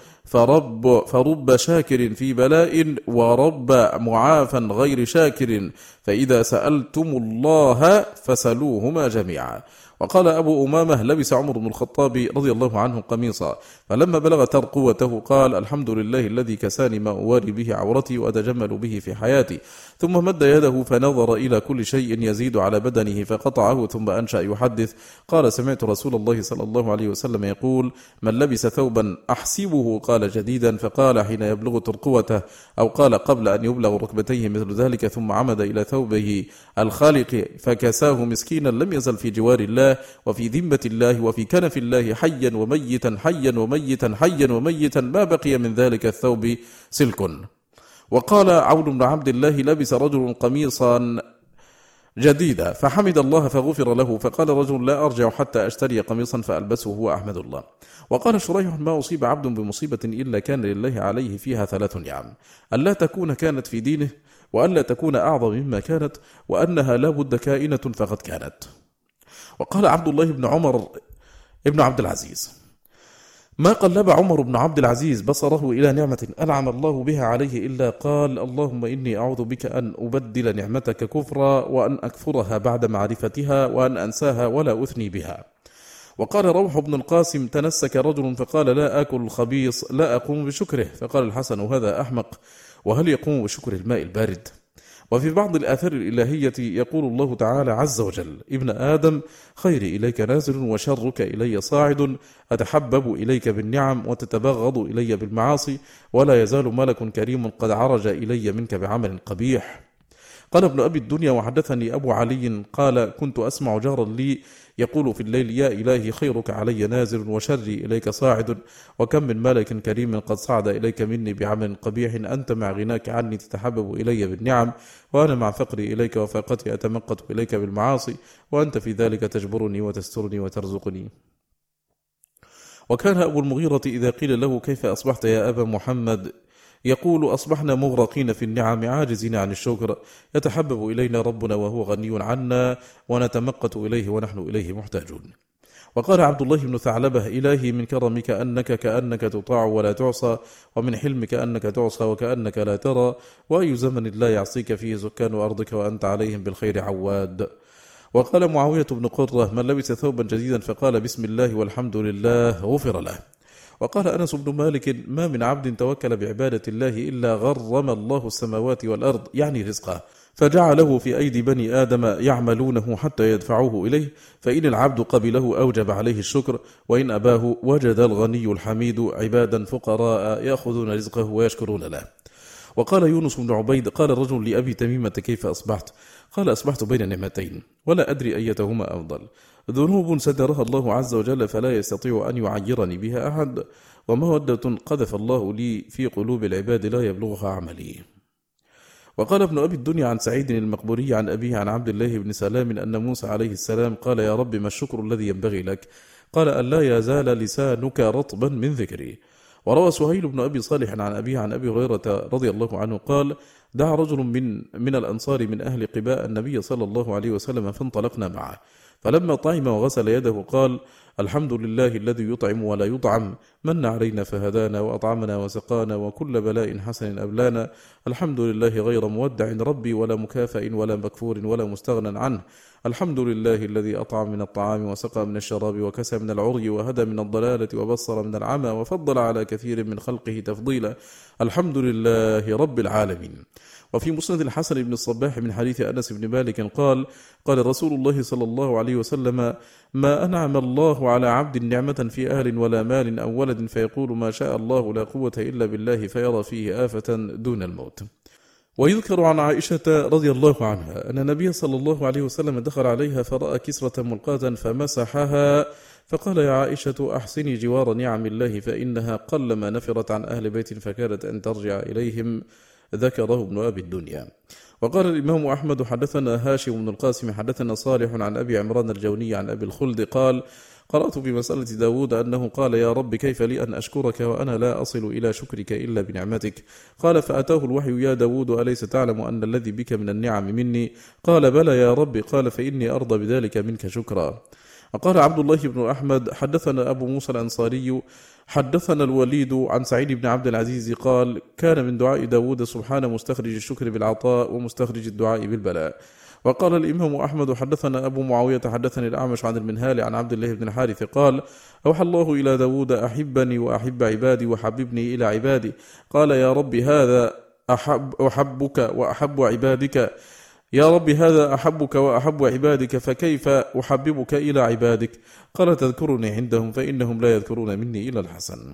[SPEAKER 1] فرب شاكر في بلاء ورب معافى غير شاكر، فإذا سألتم الله فسلوهما جميعا. وقال أبو أمامة: لبس عمر بن الخطاب رضي الله عنه قميصا، فلما بلغ ترقوته قال: الحمد لله الذي كساني ما أواري به عورتي وأتجمل به في حياتي. ثم مد يده فنظر إلى كل شيء يزيد على بدنه فقطعه، ثم أنشأ يحدث قال: سمعت رسول الله صلى الله عليه وسلم يقول: من لبس ثوبا أحسبه قال جديدا، فقال حين يبلغ ترقوته، أو قال قبل أن يبلغ ركبتيه مثل ذلك، ثم عمد إلى ثوبه الخالق فكساه مسكينا لم يزل في جوار الله وفي ذمة الله وفي كنف الله حيا وميتا حيا وميتا حيا وميتا، ما بقي من ذلك الثوب سلك. وقال عون بن عبد الله: لبس رجل قميصا جديدا فحمد الله فغفر له، فقال رجل: لا أرجع حتى أشتري قميصا فألبسه وأحمد الله. وقال شريح: ما أصيب عبد بمصيبة إلا كان لله عليه فيها 3 نعم: ألا تكون كانت في دينه، وألا تكون أعظم مما كانت، وأنها لا بد كائنة فقد كانت. وقال عبد الله بن عمر ابن عبد العزيز: ما قلب عمر بن عبد العزيز بصره إلى نعمة أنعم الله بها عليه إلا قال: اللهم إني أعوذ بك أن أبدل نعمتك كفرا، وأن أكفرها بعد معرفتها، وأن أنساها ولا أثني بها. وقال روح بن القاسم: تنسك رجل فقال: لا آكل الخبيص لا أقوم بشكره، فقال الحسن: هذا أحمق، وهل يقوم بشكر الماء البارد؟ وفي بعض الآثار الإلهية يقول الله تعالى عز وجل: ابن آدم خيري إليك نازل وشرك إلي صاعد، أتحبب إليك بالنعم وتتبغض إلي بالمعاصي، ولا يزال ملك كريم قد عرج إلي منك بعمل قبيح. قال ابن أبي الدنيا وحدثني أبو علي قال كنت أسمع جارا لي يقول في الليل يا إلهي خيرك علي نازل وشري إليك صاعد، وكم من ملك كريم قد صعد إليك مني بعمل قبيح، أنت مع غناك عني تتحبب إلي بالنعم، وأنا مع فقري إليك وفاقتي أتمقت إليك بالمعاصي، وأنت في ذلك تجبرني وتسترني وترزقني. وكان أبو المغيرة إذا قيل له كيف أصبحت يا أبا محمد يقول أصبحنا مغرقين في النعم عاجزين عن الشكر، يتحبب إلينا ربنا وهو غني عنا، ونتمقت إليه ونحن إليه محتاجون. وقال عبد الله بن ثعلبة إلهي من كرمك كأنك تطاع ولا تعصى، ومن حلمك أنك تعصى وكأنك لا ترى، وأي زمن لا يعصيك فيه سكان أرضك وأنت عليهم بالخير عواد. وقال معاوية بن قرة من لبس ثوبا جديدا فقال بسم الله والحمد لله غفر له. وقال أنس بن مالك ما من عبد توكل بعبادة الله إلا غرم الله السماوات والأرض، يعني رزقه، فجعله في أيدي بني آدم يعملونه حتى يدفعوه إليه، فإن العبد قبله أوجب عليه الشكر، وإن أباه وجد الغني الحميد عبادا فقراء يأخذون رزقه ويشكرون له. وقال يونس بن عبيد قال الرجل لأبي تميمة كيف أصبحت؟ قال أصبحت بين نعمتين ولا أدري أيتهما أفضل، ذنوب سترها الله عز وجل فلا يستطيع أن يعيرني بها أحد، ومودة قذف الله لي في قلوب العباد لا يبلغها عملي. وقال ابن أبي الدنيا عن سعيد المقبوري عن أبيه عن عبد الله بن سلام أن موسى عليه السلام قال يا رب ما الشكر الذي ينبغي لك؟ قال أن لا يزال لسانك رطبا من ذكري. وروى سهيل بن أبي صالح عن أبيه عن أبي هريرة رضي الله عنه قال دعا رجل من الأنصار من أهل قباء النبي صلى الله عليه وسلم فانطلقنا معه، فلما طعم وغسل يده قال الحمد لله الذي يطعم ولا يطعم، من علينا فهدانا وأطعمنا وسقانا وكل بلاء حسن أبلانا، الحمد لله غير مودع ربي ولا مكافئ ولا مكفور ولا مستغنى عنه، الحمد لله الذي أطعم من الطعام وسقى من الشراب وكسى من العري وهدى من الضلالة وبصر من العمى وفضل على كثير من خلقه تفضيلا، الحمد لله رب العالمين. وفي مسند الحسن بن الصباح من حديث أنس بن مالك قال قال رسول الله صلى الله عليه وسلم ما أنعم الله على عبد نعمة في أهل ولا مال أو ولد فيقول ما شاء الله لا قوة إلا بالله فيرى فيه آفة دون الموت. ويذكر عن عائشة رضي الله عنها أن النبي صلى الله عليه وسلم دخل عليها فرأى كسرة ملقاة فمسحها فقال يا عائشة أحسني جوار نعم الله فإنها قلما نفرت عن أهل بيت فكانت أن ترجع إليهم، ذكره ابن أبي الدنيا. وقال الإمام أحمد حدثنا هاشم بن القاسم حدثنا صالح عن أبي عمران الجوني عن أبي الخلد قال قرأت في مسألة داود أنه قال يا رب كيف لي أن أشكرك وأنا لا أصل إلى شكرك إلا بنعمتك؟ قال فأتاه الوحي يا داود أليس تعلم أن الذي بك من النعم مني؟ قال بلى يا رب، قال فإني أرضى بذلك منك شكرا. وقال عبد الله بن أحمد حدثنا أبو موسى الأنصاري حدثنا الوليد عن سعيد بن عبد العزيز قال كان من دعاء داود سبحانه مستخرج الشكر بالعطاء ومستخرج الدعاء بالبلاء. وقال الإمام أحمد حدثنا أبو معاوية حدثني الأعمش عن المنهال عن عبد الله بن الحارث قال أوحى الله إلى داود أحبني وأحب عبادي وحببني إلى عبادي، قال يا رب هذا أحبك وأحب عبادك، يا رب هذا أحبك وأحب عبادك فكيف أحببك إلى عبادك؟ قال تذكرني عندهم فإنهم لا يذكرون مني إلا الحسن.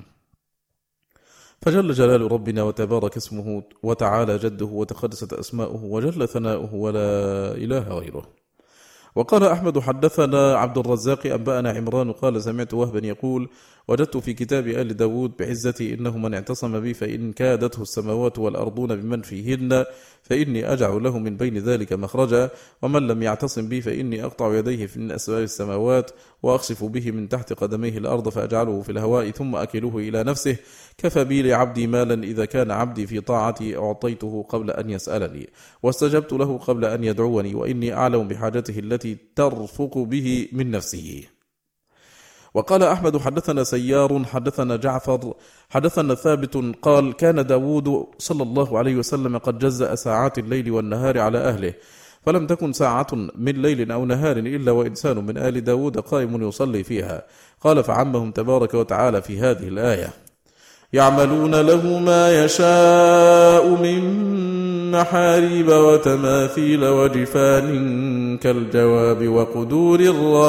[SPEAKER 1] فجل جلال ربنا وتبارك اسمه وتعالى جده وتقدست أسماؤه وجل ثناؤه ولا إله غيره. وقال أحمد حدثنا عبد الرزاق أنبأنا عمران قال سمعت وهبا يقول وجدت في كتاب آل داود بعزتي إنه من اعتصم بي فإن كادته السماوات والأرضون بمن فيهن فإني أجعل له من بين ذلك مخرجا، ومن لم يعتصم بي فإني أقطع يديه من أسباب السماوات وأخسف به من تحت قدميه الأرض فأجعله في الهواء ثم أكله إلى نفسه، كفى بي لعبدي مالا إذا كان عبدي في طاعتي أعطيته قبل أن يسألني واستجبت له قبل أن يدعوني، وإني أعلم بحاجته التي ترفق به من نفسه. وقال أحمد حدثنا سيار حدثنا جعفر حدثنا ثابت قال كان داود صلى الله عليه وسلم قد جزأ ساعات الليل والنهار على أهله، فلم تكن ساعة من ليل أو نهار إلا وإنسان من آل داود قائم يصلي فيها. قال فعمهم تبارك وتعالى في هذه الآية يعملون له ما يشاء من محاريب وتماثيل وجفان كالجواب وقدور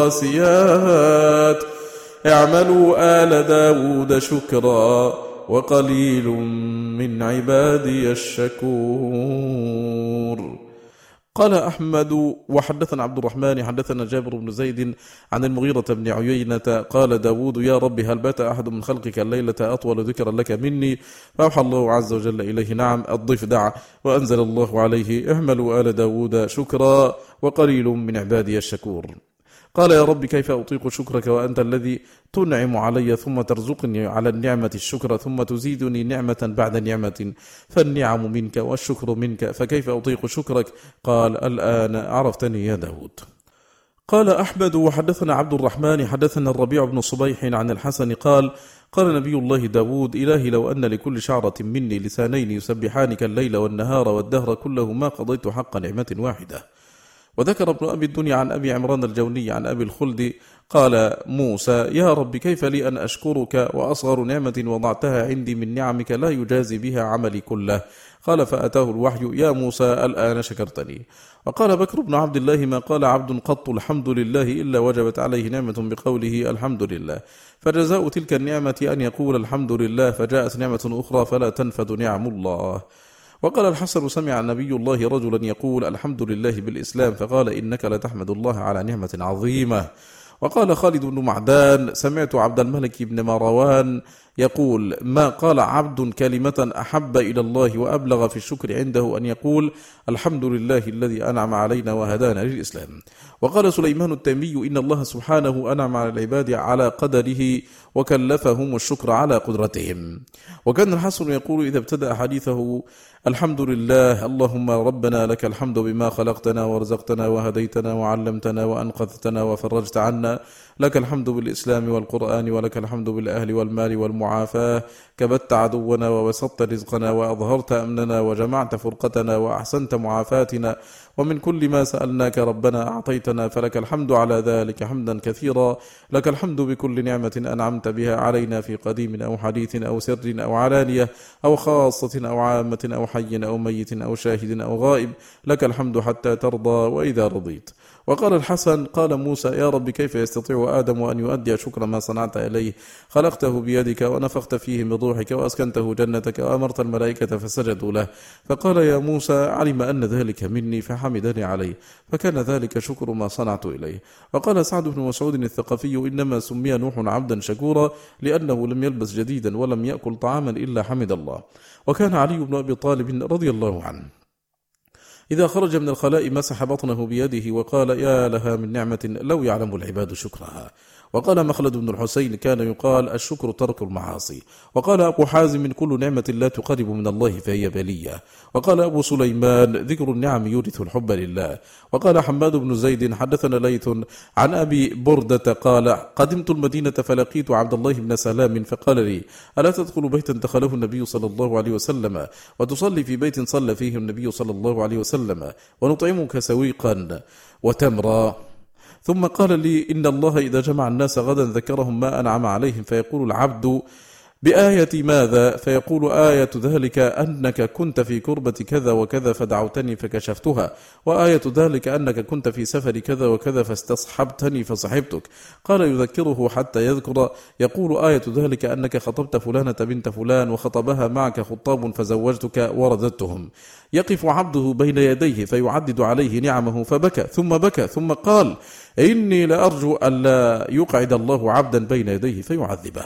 [SPEAKER 1] الراسيات اعملوا آل داود شكرا وقليل من عبادي الشكور. قال أحمد وحدثنا عبد الرحمن حدثنا جابر بن زيد عن المغيرة بن عيينة قال داود يا رب هل بات أحد من خلقك الليلة أطول ذكرا لك مني؟ فأوحى الله عز وجل إليه نعم الضفدع، وأنزل الله عليه اعملوا آل داود شكرا وقليل من عبادي الشكور. قال يا رب كيف أطيق شكرك وأنت الذي تنعم علي ثم ترزقني على النعمة الشكر ثم تزيدني نعمة بعد نعمة، فالنعم منك والشكر منك فكيف أطيق شكرك؟ قال الآن عرفتني يا داود. قال أحمد وحدثنا عبد الرحمن حدثنا الربيع بن صبيح عن الحسن قال قال نبي الله داود إلهي لو أن لكل شعرة مني لسانين يسبحانك الليل والنهار والدهر كله ما قضيت حق نعمة واحدة. وذكر ابن أبي الدنيا عن أبي عمران الجوني عن أبي الخلد قال موسى يا رب كيف لي أن أشكرك وأصغر نعمة وضعتها عندي من نعمك لا يجازي بها عملي كله؟ قال فأتاه الوحي يا موسى الآن شكرتني. وقال بكر بن عبد الله ما قال عبد قط الحمد لله إلا وجبت عليه نعمة بقوله الحمد لله، فجزاء تلك النعمة أن يقول الحمد لله فجاءت نعمة أخرى فلا تنفد نعم الله. وقال الحسن سمع نبي الله رجلا يقول الحمد لله بالإسلام فقال إنك لتحمد الله على نعمة عظيمة. وقال خالد بن معدان سمعت عبد الملك بن مروان يقول ما قال عبد كلمة أحب إلى الله وأبلغ في الشكر عنده أن يقول الحمد لله الذي أنعم علينا وهدانا للإسلام. وقال سليمان التيمي إن الله سبحانه أنعم على العباد على قدره وكلفهم الشكر على قدرتهم. وكان الحسن يقول إذا ابتدأ حديثه الحمد لله اللهم ربنا لك الحمد بما خلقتنا ورزقتنا وهديتنا وعلمتنا وأنقذتنا وفرجت عنا، لك الحمد بالإسلام والقرآن ولك الحمد بالأهل والمال والمعافاة، كبت عدونا ووسطت رزقنا وأظهرت أمننا وجمعت فرقتنا وأحسنت معافاتنا، ومن كل ما سألناك ربنا أعطيتنا، فلك الحمد على ذلك حمدا كثيرا، لك الحمد بكل نعمة أنعمت بها علينا في قديم أو حديث أو سر أو علانية أو خاصة أو عامة أو حي أو ميت أو شاهد أو غائب، لك الحمد حتى ترضى وإذا رضيت. وقال الحسن قال موسى يا رب كيف يستطيع آدم أن يؤدي شكر ما صنعت إليه؟ خلقته بيدك ونفخت فيه من روحك وأسكنته جنتك وأمرت الملائكة فسجدوا له، فقال يا موسى علم أن ذلك مني فحمدني عليه، فكان ذلك شكر ما صنعت إليه. وقال سعد بن مسعود الثقفي إنما سمي نوح عبدا شكورا لأنه لم يلبس جديدا ولم يأكل طعاما إلا حمد الله. وكان علي بن أبي طالب رضي الله عنه إذا خرج من الخلاء مسح بطنه بيده وقال يا لها من نعمة لو يعلم العباد شكرها. وقال مخلد بن الحسين كان يقال الشكر ترك المعاصي. وقال أبو حازم كل نعمة لا تقرب من الله فهي بلية. وقال أبو سليمان ذكر النعم يورث الحب لله. وقال حماد بن زيد حدثنا ليث عن أبي بردة قال قدمت المدينة فلقيت عبد الله بن سلام فقال لي ألا تدخل بيتا دخله النبي صلى الله عليه وسلم وتصلي في بيت صلى فيه النبي صلى الله عليه وسلم ونطعمك سويقا وتمرا؟ ثم قال لي إن الله إذا جمع الناس غدا ذكرهم ما أنعم عليهم، فيقول العبد بآية ماذا؟ فيقول آية ذلك أنك كنت في كربة كذا وكذا فدعوتني فكشفتها، وآية ذلك أنك كنت في سفر كذا وكذا فاستصحبتني فصحبتك. قال يذكره حتى يذكر، يقول آية ذلك أنك خطبت فلانة بنت فلان وخطبها معك خطاب فزوجتك ورددتهم. يقف عبده بين يديه فيعدد عليه نعمه فبكى ثم بكى ثم قال إني لأرجو ألا يقعد الله عبدا بين يديه فيعذبه.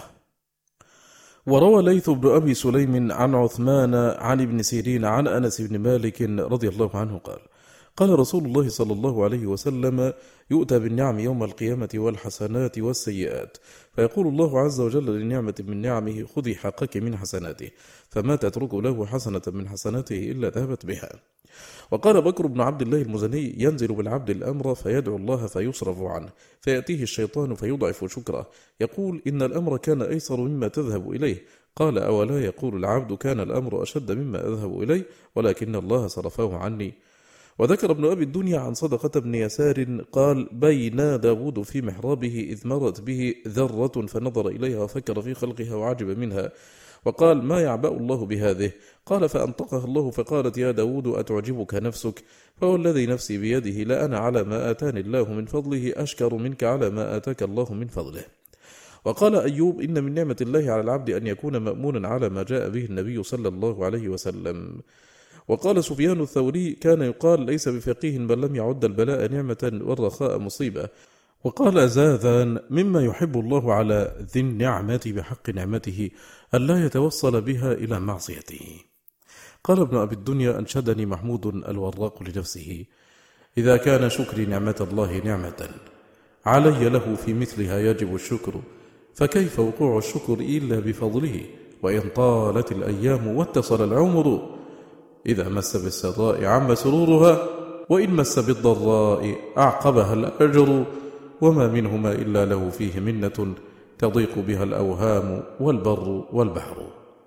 [SPEAKER 1] وروى ليث بن أبي سليم عن عثمان عن ابن سيرين عن أنس بن مالك رضي الله عنه قال قال رسول الله صلى الله عليه وسلم يؤتى بالنعم يوم القيامة والحسنات والسيئات، فيقول الله عز وجل لنعمة من نعمه خذي حقك من حسناته، فما تترك له حسنة من حسناته إلا ذهبت بها. وقال بكر بن عبد الله المزني ينزل بالعبد الأمر فيدعو الله فيصرف عنه، فيأتيه الشيطان فيضعف شكره، يقول إن الأمر كان أيسر مما تذهب إليه. قال أولا يقول العبد كان الأمر أشد مما أذهب إليه ولكن الله صرفه عني. وذكر ابن أبي الدنيا عن صدقة بن يسار قال بين داود في محرابه إذ مرت به ذرة فنظر إليها وفكر في خلقها وعجب منها، وقال ما يعبأ الله بهذه؟ قال فأنطقها الله فقالت يا داود أتعجبك نفسك؟ فوالذي نفسي بيده لأنا على ما آتاني الله من فضله أشكر منك على ما آتاك الله من فضله. وقال أيوب إن من نعمة الله على العبد أن يكون مأمونا على ما جاء به النبي صلى الله عليه وسلم. وقال سفيان الثوري: كان يقال ليس بفقيه بل لم يعد البلاء نعمة والرخاء مصيبة. وقال زاذان: مما يحب الله على ذي النعمة بحق نعمته ألا يتوصل بها إلى معصيته. قال ابن أبي الدنيا: أنشدني محمود الوراق لنفسه: إذا كان شكري نعمة الله نعمة علي له في مثلها يجب الشكر، فكيف وقوع الشكر إلا بفضله؟ وإن طالت الأيام واتصل العمر، إذا مس بالسراء عم سرورها، وإن مس بالضراء أعقبها الأجر، وما منهما إلا له فيه منة تضيق بها الأوهام والبر والبحر.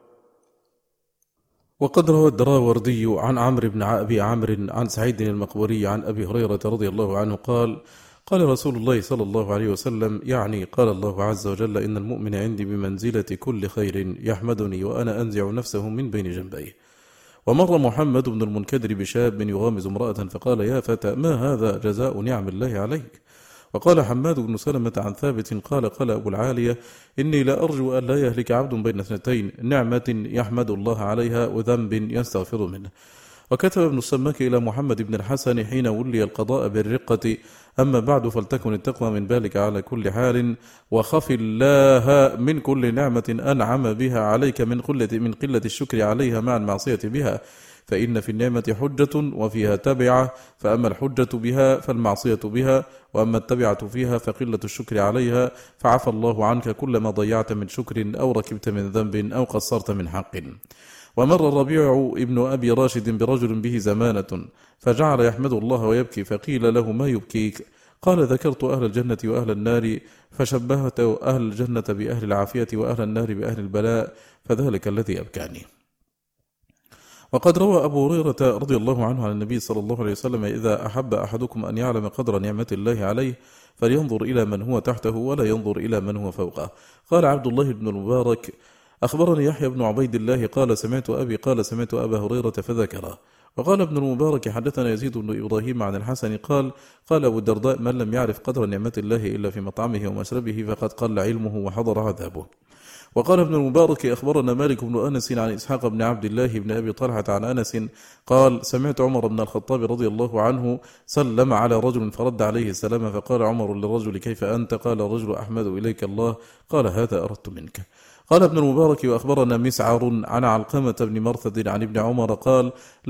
[SPEAKER 1] وقد روى الدراوردي عن عمرو بن أبي عمرو عن سعيد المقبوري عن أبي هريرة رضي الله عنه قال: قال رسول الله صلى الله عليه وسلم، يعني قال الله عز وجل: إن المؤمن عندي بمنزلة كل خير يحمدني وأنا أنزع نفسه من بين جنبيه. ومر محمد بن المنكدر بشاب يغامز امرأة فقال: يا فتى، ما هذا جزاء نعم الله عليك؟ وقال حماد بن سلمة عن ثابت قال: قال أبو العالية: إني لا أرجو أن لا يهلك عبد بين اثنتين، نعمة يحمد الله عليها وذنب يستغفر منه. وكتب ابن السماك إلى محمد بن الحسن حين ولي القضاء بالرقة: أما بعد فلتكن التقوى من بالك على كل حال، وخف الله من كل نعمة أنعم بها عليك من قلة الشكر عليها مع المعصية بها، فإن في النعمة حجة وفيها تبعة، فأما الحجة بها فالمعصية بها، وأما التبعة فيها فقلة الشكر عليها، فعفى الله عنك كل ما ضيعت من شكر أو ركبت من ذنب أو قصرت من حق. ومر الربيع ابن أبي راشد برجل به زمانة فجعل يحمد الله ويبكي، فقيل له: ما يبكيك؟ قال: ذكرت أهل الجنة وأهل النار فشبهت أهل الجنة بأهل العافية وأهل النار بأهل البلاء، فذلك الذي أبكاني. وقد روى أبو هريرة رضي الله عنه عن النبي صلى الله عليه وسلم: إذا أحب أحدكم أن يعلم قدر نعمة الله عليه فلينظر إلى من هو تحته ولا ينظر إلى من هو فوقه. قال عبد الله بن المبارك: أخبرني يحيى بن عبيد الله قال: سمعت أبي قال: سمعت أبا هريرة فذكره. وقال ابن المبارك: حدثنا يزيد بن إبراهيم عن الحسن قال: قال أبو الدرداء: من لم يعرف قدر نعمة الله إلا في مطعمه ومشربه فقد قل علمه وحضر عذابه. وقال ابن المبارك: أخبرنا مالك بن أنس عن إسحاق بن عبد الله بن أبي طلحة عن أنس قال: سمعت عمر بن الخطاب رضي الله عنه سلم على رجل فرد عليه السلام، فقال عمر للرجل: كيف أنت؟ قال الرجل: أحمد إليك الله. قال: هذا أردت منك. قال ابن المبارك: وأخبرنا مسعر عن علقمة بن مرثد عن ابن عمر قال: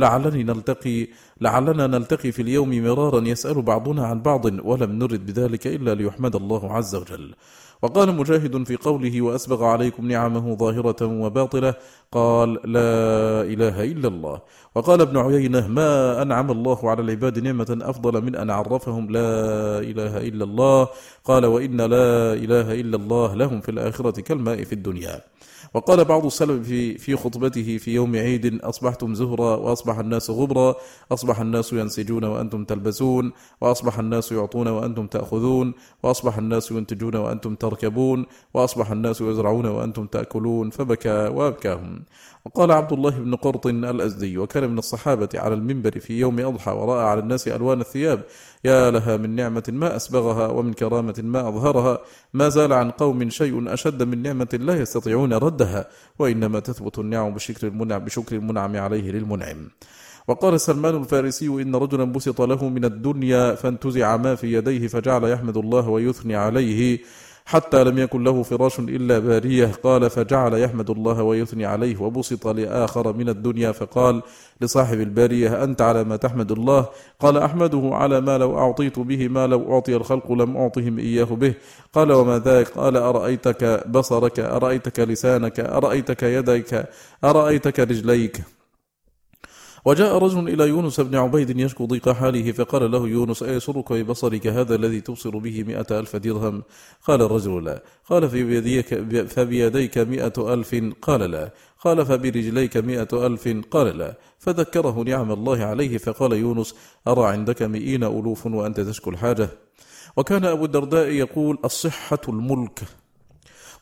[SPEAKER 1] لعلنا نلتقي في اليوم مرارا يسأل بعضنا عن بعض، ولم نرد بذلك إلا ليحمد الله عز وجل. وقال مجاهد في قوله: وأسبغ عليكم نعمه ظاهرة وباطلة، قال: لا إله إلا الله. وقال ابن عيينة: ما أنعم الله على العباد نعمة أفضل من أن عرفهم لا إله إلا الله. قال: وإن لا إله إلا الله لهم في الآخرة كالماء في الدنيا. وقال بعض السلف في خطبته في يوم عيد: أصبحتم زهرا وأصبح الناس غبرا، أصبح الناس ينسجون وأنتم تلبسون، وأصبح الناس يعطون وأنتم تأخذون، وأصبح الناس ينتجون وأنتم تركبون، وأصبح الناس يزرعون وأنتم تأكلون، فبكى وأبكاهم. وقال عبد الله بن قرط الأزدي: وكان من الصحابة على المنبر في يوم أضحى ورأى على الناس ألوان الثياب، يا لها من نعمة ما أسبغها ومن كرامة ما أظهرها، ما زال عن قوم شيء أشد من نعمة لا يستطيعون ردها، وإنما تثبت النعم بشكر المنعم عليه للمنعم. وقال سلمان الفارسي: إن رجلا بسط له من الدنيا فانتزع ما في يديه فجعل يحمد الله ويثني عليه حتى لم يكن له فراش إلا بارية، قال: فجعل يحمد الله ويثني عليه. وبسط لآخر من الدنيا فقال لصاحب البارية: أنت على ما تحمد الله؟ قال: أحمده على ما لو أعطيت به ما لو أعطي الخلق لم أعطهم إياه به. قال: وما ذاك؟ قال: أرأيتك بصرك، أرأيتك لسانك، أرأيتك يديك، أرأيتك رجليك. وجاء رجل إلى يونس بن عبيد يشكو ضيق حاله، فقال له يونس: أيسرك ببصرك هذا الذي تبصر به 100,000 درهم؟ قال الرجل: لا. قال: فبيديك 100,000؟ قال: لا. قال: فبرجليك 100,000؟ قال: لا. فذكره نعم الله عليه، فقال يونس: أرى عندك 100,000 وأنت تشكو الحاجة. وكان أبو الدرداء يقول: الصحة الملك،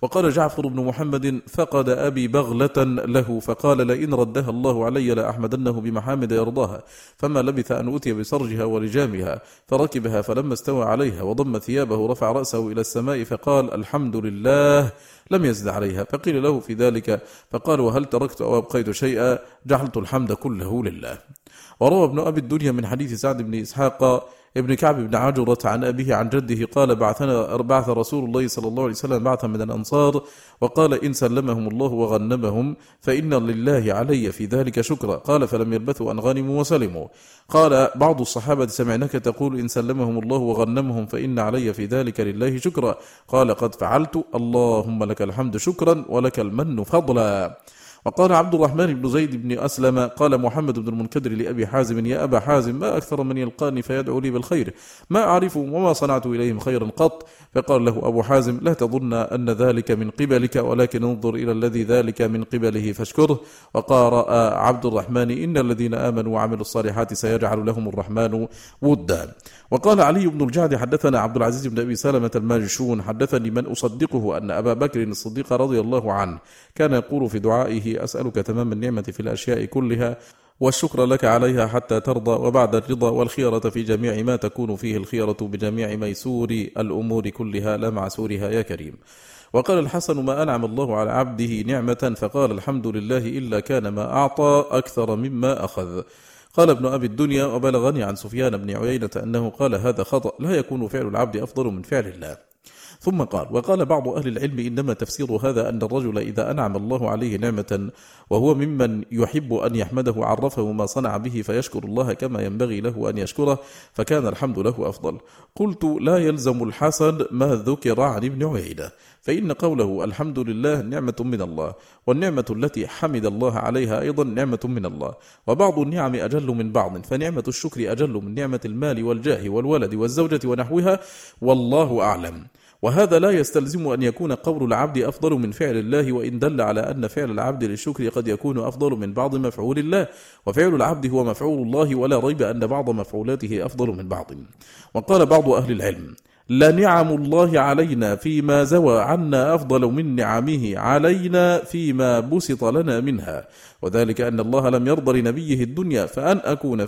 [SPEAKER 1] وقال جعفر بن محمد: فقد أبي بغلة له فقال: لئن ردها الله علي لأحمدنه بمحامد يرضاها. فما لبث أن أتي بسرجها ولجامها فركبها، فلما استوى عليها وضم ثيابه رفع رأسه إلى السماء فقال: الحمد لله، لم يزد عليها. فقيل له في ذلك فقال: وهل تركت أو أبقيت شيئا؟ جعلت الحمد كله لله. وروى ابن أبي الدنيا من حديث سعد بن إسحاق ابن كعب بن عجرة عن أبيه عن جده قال: بعث رسول الله صلى الله عليه وسلم بعثا من الأنصار وقال: إن سلمهم الله وغنمهم فإن لله علي في ذلك شكرا. قال: فلم يلبثوا أن غنموا وسلموا. قال بعض الصحابة: سمعناك تقول: إن سلمهم الله وغنمهم فإن علي في ذلك لله شكرا. قال: قد فعلت، اللهم لك الحمد شكرا ولك المن فضلا. وقال عبد الرحمن بن زيد بن أسلم قال محمد بن المنكدر لأبي حازم: يا أبا حازم، ما أكثر من يلقاني فيدعو لي بالخير، ما أعرفهم وما صنعت إليهم خيرا قط. فقال له أبو حازم: لا تظن أن ذلك من قبلك، ولكن انظر إلى الذي ذلك من قبله فاشكره. وقال عبد الرحمن: إن الذين آمنوا وعملوا الصالحات سيجعل لهم الرحمن ودا. وقال علي بن الجعد: حدثنا عبد العزيز بن أبي سلمة الماجشون حدثني من أصدقه أن أبا بكر الصديق رضي الله عنه كان يقول في دعائه: أسألك تمام النعمة في الأشياء كلها والشكر لك عليها حتى ترضى، وبعد الرضا والخيرة في جميع ما تكون فيه الخيرة بجميع ميسور الأمور كلها لا معسورها يا كريم. وقال الحسن: ما أنعم الله على عبده نعمة فقال الحمد لله إلا كان ما أعطى أكثر مما أخذ. قال ابن أبي الدنيا: وبلغني عن سفيان بن عيينة أنه قال: هذا خطأ، لا يكون فعل العبد أفضل من فعل الله. ثم قال: وقال بعض أهل العلم: إنما تفسير هذا أن الرجل إذا أنعم الله عليه نعمة وهو ممن يحب أن يحمده عرفه ما صنع به فيشكر الله كما ينبغي له أن يشكره، فكان الحمد له أفضل. قلت: لا يلزم الحسن ما ذكر عن ابن عيينة، فإن قوله الحمد لله نعمة من الله، والنعمة التي حمد الله عليها أيضا نعمة من الله، وبعض النعم أجل من بعض، فنعمة الشكر أجل من نعمة المال والجاه والولد والزوجة ونحوها، والله أعلم. وهذا لا يستلزم أن يكون قول العبد أفضل من فعل الله، وإن دل على أن فعل العبد للشكر قد يكون أفضل من بعض مفعول الله، وفعل العبد هو مفعول الله، ولا ريب أن بعض مفعولاته أفضل من بعض. وقال بعض أهل العلم: لنعم الله علينا فيما زوى عنا أفضل من نعمه علينا فيما بسط لنا منها، وذلك أن الله لم يرضى لنبيه الدنيا، فأن أكون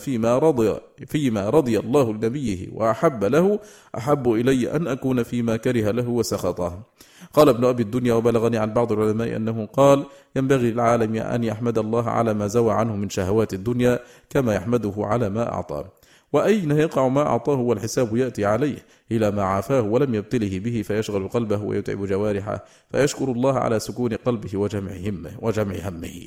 [SPEAKER 1] فيما رضي الله لنبيه وأحب له أحب إلي أن أكون فيما كره له وسخطه. قال ابن أبي الدنيا: وبلغني عن بعض العلماء أنه قال: ينبغي للعالم أن يحمد الله على ما زوى عنه من شهوات الدنيا كما يحمده على ما أعطاه. وأين يقع ما أعطاه والحساب يأتي عليه إلى ما عافاه ولم يبتله به فيشغل قلبه ويتعب جوارحه، فيشكر الله على سكون قلبه وجمع همه.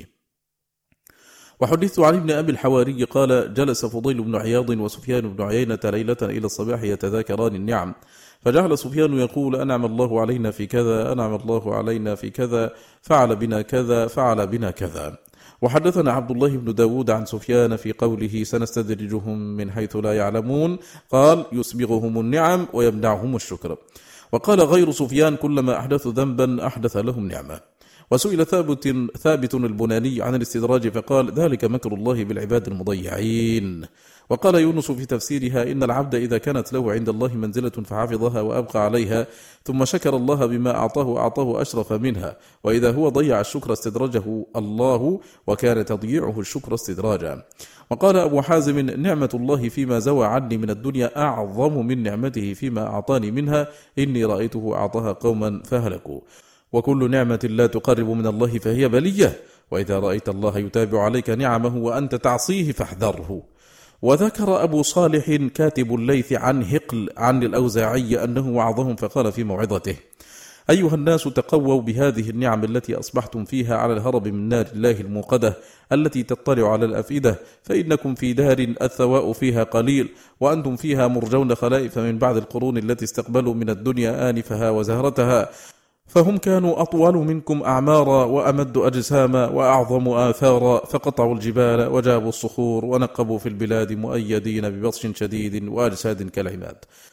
[SPEAKER 1] وحدثت عن ابن أبي الحواري قال: جلس فضيل بن عياض وسفيان بن عيينة ليلة إلى الصباح يتذاكران النعم، فجعل سفيان يقول: أنعم الله علينا في كذا، أنعم الله علينا في كذا، فعل بنا كذا، فعل بنا كذا. وحدثنا عبد الله بن داود عن سفيان في قوله: سنستدرجهم من حيث لا يعلمون، قال: يسبغهم النعم ويمنعهم الشكر. وقال غير سفيان: كلما أحدثوا ذنبا أحدث لهم نعمة. وسئل ثابت البناني عن الاستدراج فقال: ذلك مكر الله بالعباد المضيعين. وقال يونس في تفسيرها: إن العبد إذا كانت له عند الله منزلة فحافظها وأبقى عليها ثم شكر الله بما أعطاه أشرف منها، وإذا هو ضيع الشكر استدرجه الله، وكان تضييعه الشكر استدراجا. وقال أبو حازم: نعمة الله فيما زوى عني من الدنيا أعظم من نعمته فيما أعطاني منها، إني رأيته أعطاها قوما فهلكوا. وكل نعمة لا تقرب من الله فهي بلية، وإذا رأيت الله يتابع عليك نعمه وأنت تعصيه فاحذره. وذكر أبو صالح كاتب الليث عن هقل عن الأوزاعي أنه وعظهم فقال في موعظته: أيها الناس، تقووا بهذه النعم التي أصبحتم فيها على الهرب من نار الله الموقدة التي تطلع على الأفئدة، فإنكم في دار الثواء فيها قليل، وأنتم فيها مرجون خلائف من بعد القرون التي استقبلوا من الدنيا آنفها وزهرتها، فهم كانوا أطول منكم أعمارا وأمد أجساما وأعظم آثارا، فقطعوا الجبال وجابوا الصخور ونقبوا في البلاد مؤيدين ببطش شديد وأجساد كالعماد.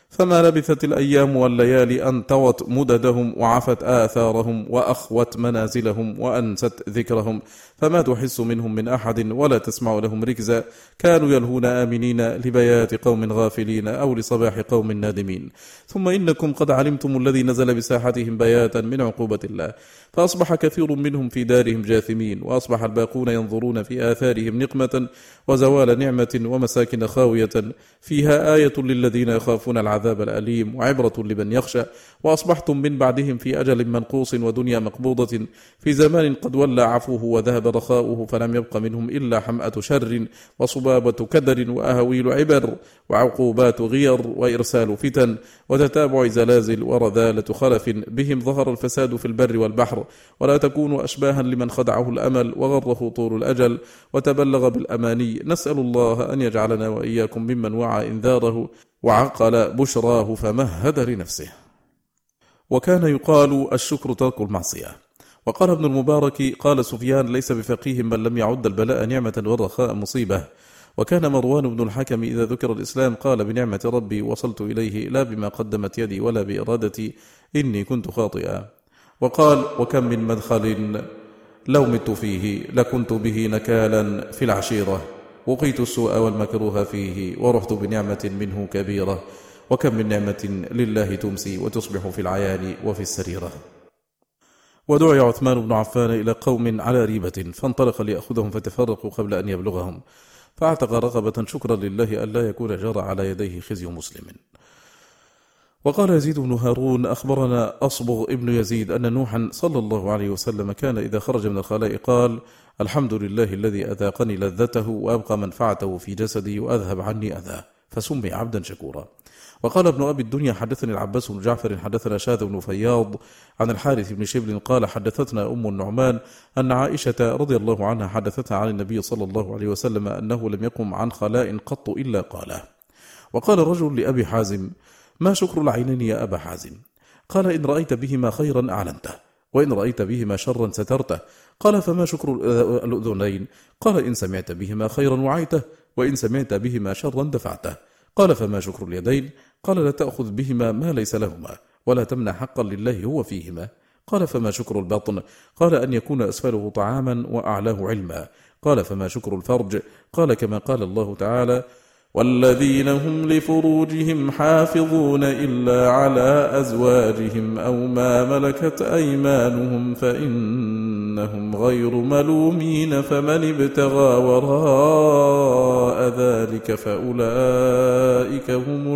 [SPEAKER 1] فما لبثت الأيام والليالي أن طوت مددهم وعفت آثارهم وأخوت منازلهم وأنست ذكرهم، فما تحس منهم من أحد ولا تسمع لهم ركزا. كانوا يلهون آمنين لبيات قوم غافلين أو لصباح قوم نادمين. ثم إنكم قد علمتم الذي نزل بساحتهم بياتا من عقوبة الله، فأصبح كثير منهم في دارهم جاثمين، وأصبح الباقون ينظرون في آثارهم نقمة وزوال نعمة ومساكن خاوية فيها آية للذين يخافون العذاب الأليم وعبرة لمن يخشى. وأصبحتم من بعدهم في أجل منقوص ودنيا مقبوضة، في زمان قد ولى عفوه وذهب رخاؤه، فلم يبق منهم إلا حمأة شر وصبابة كدر وأهويل عبر وعقوبات غير وإرسال فتن وتتابع زلازل ورذالة خلف. بهم ظهر الفساد في البر والبحر، ولا تكونوا أشباها لمن خدعه الأمل وغره طول الأجل وتبلغ بالأماني. نسأل الله أن يجعلنا وإياكم ممن وعى إنذاره وعقل بشراه فمهد لنفسه. وكان يقال الشكر ترك المعصية. وقال ابن المبارك قال سفيان: ليس بفقيه من لم يعد البلاء نعمة والرخاء مصيبة. وكان مروان بن الحكم إذا ذكر الإسلام قال: بنعمة ربي وصلت إليه، لا بما قدمت يدي ولا بإرادتي، إني كنت خاطئا. وقال: وكم من مدخل لو مت فيه لكنت به نكالا في العشيرة، وقيت السوء والمكروه فيه ورحت بنعمة منه كبيرة. وكم من نعمة لله تمسي وتصبح في العيان وفي السريرة. ودعي عثمان بن عفان إلى قوم على ريبة، فانطلق ليأخذهم فتفرقوا قبل أن يبلغهم، فاعتق رقبة شكرا لله ألا يكون جرى على يديه خزي مسلم. وقال يزيد بن هارون: أخبرنا أصبغ ابن يزيد أن نوحا صلى الله عليه وسلم كان إذا خرج من الخلاء قال: الحمد لله الذي أذاقني لذته وأبقى منفعته في جسدي وأذهب عني أذاه، فسمي عبدا شكورا. وقال ابن أبي الدنيا: حدثني العباس بن جعفر حدثنا شاذ بن فياض عن الحارث بن شبل قال: حدثتنا أم النعمان أن عائشة رضي الله عنها حدثتها عن النبي صلى الله عليه وسلم أنه لم يقم عن خلاء قط إلا قاله. وقال رجل لأبي حازم: ما شكر العينين يا أبا حازم؟ قال: إن رأيت بهما خيرا أعلنته، وإن رأيت بهما شرا سترته. قال: فما شكر الأذنين؟ قال: إن سمعت بهما خيرا وعيته، وإن سمعت بهما شرا دفعته. قال: فما شكر اليدين؟ قال: لا تأخذ بهما ما ليس لهما، ولا تمنع حقا لله هو فيهما. قال: فما شكر البطن؟ قال: أن يكون أسفله طعاما وأعلاه علما. قال: فما شكر الفرج؟ قال: كما قال الله تعالى: والذين هم لفروجهم حافظون إلا على أزواجهم أو ما ملكت أيمانهم فإنهم غير ملومين، فمن ابتغى وراء ذلك فأولئك هم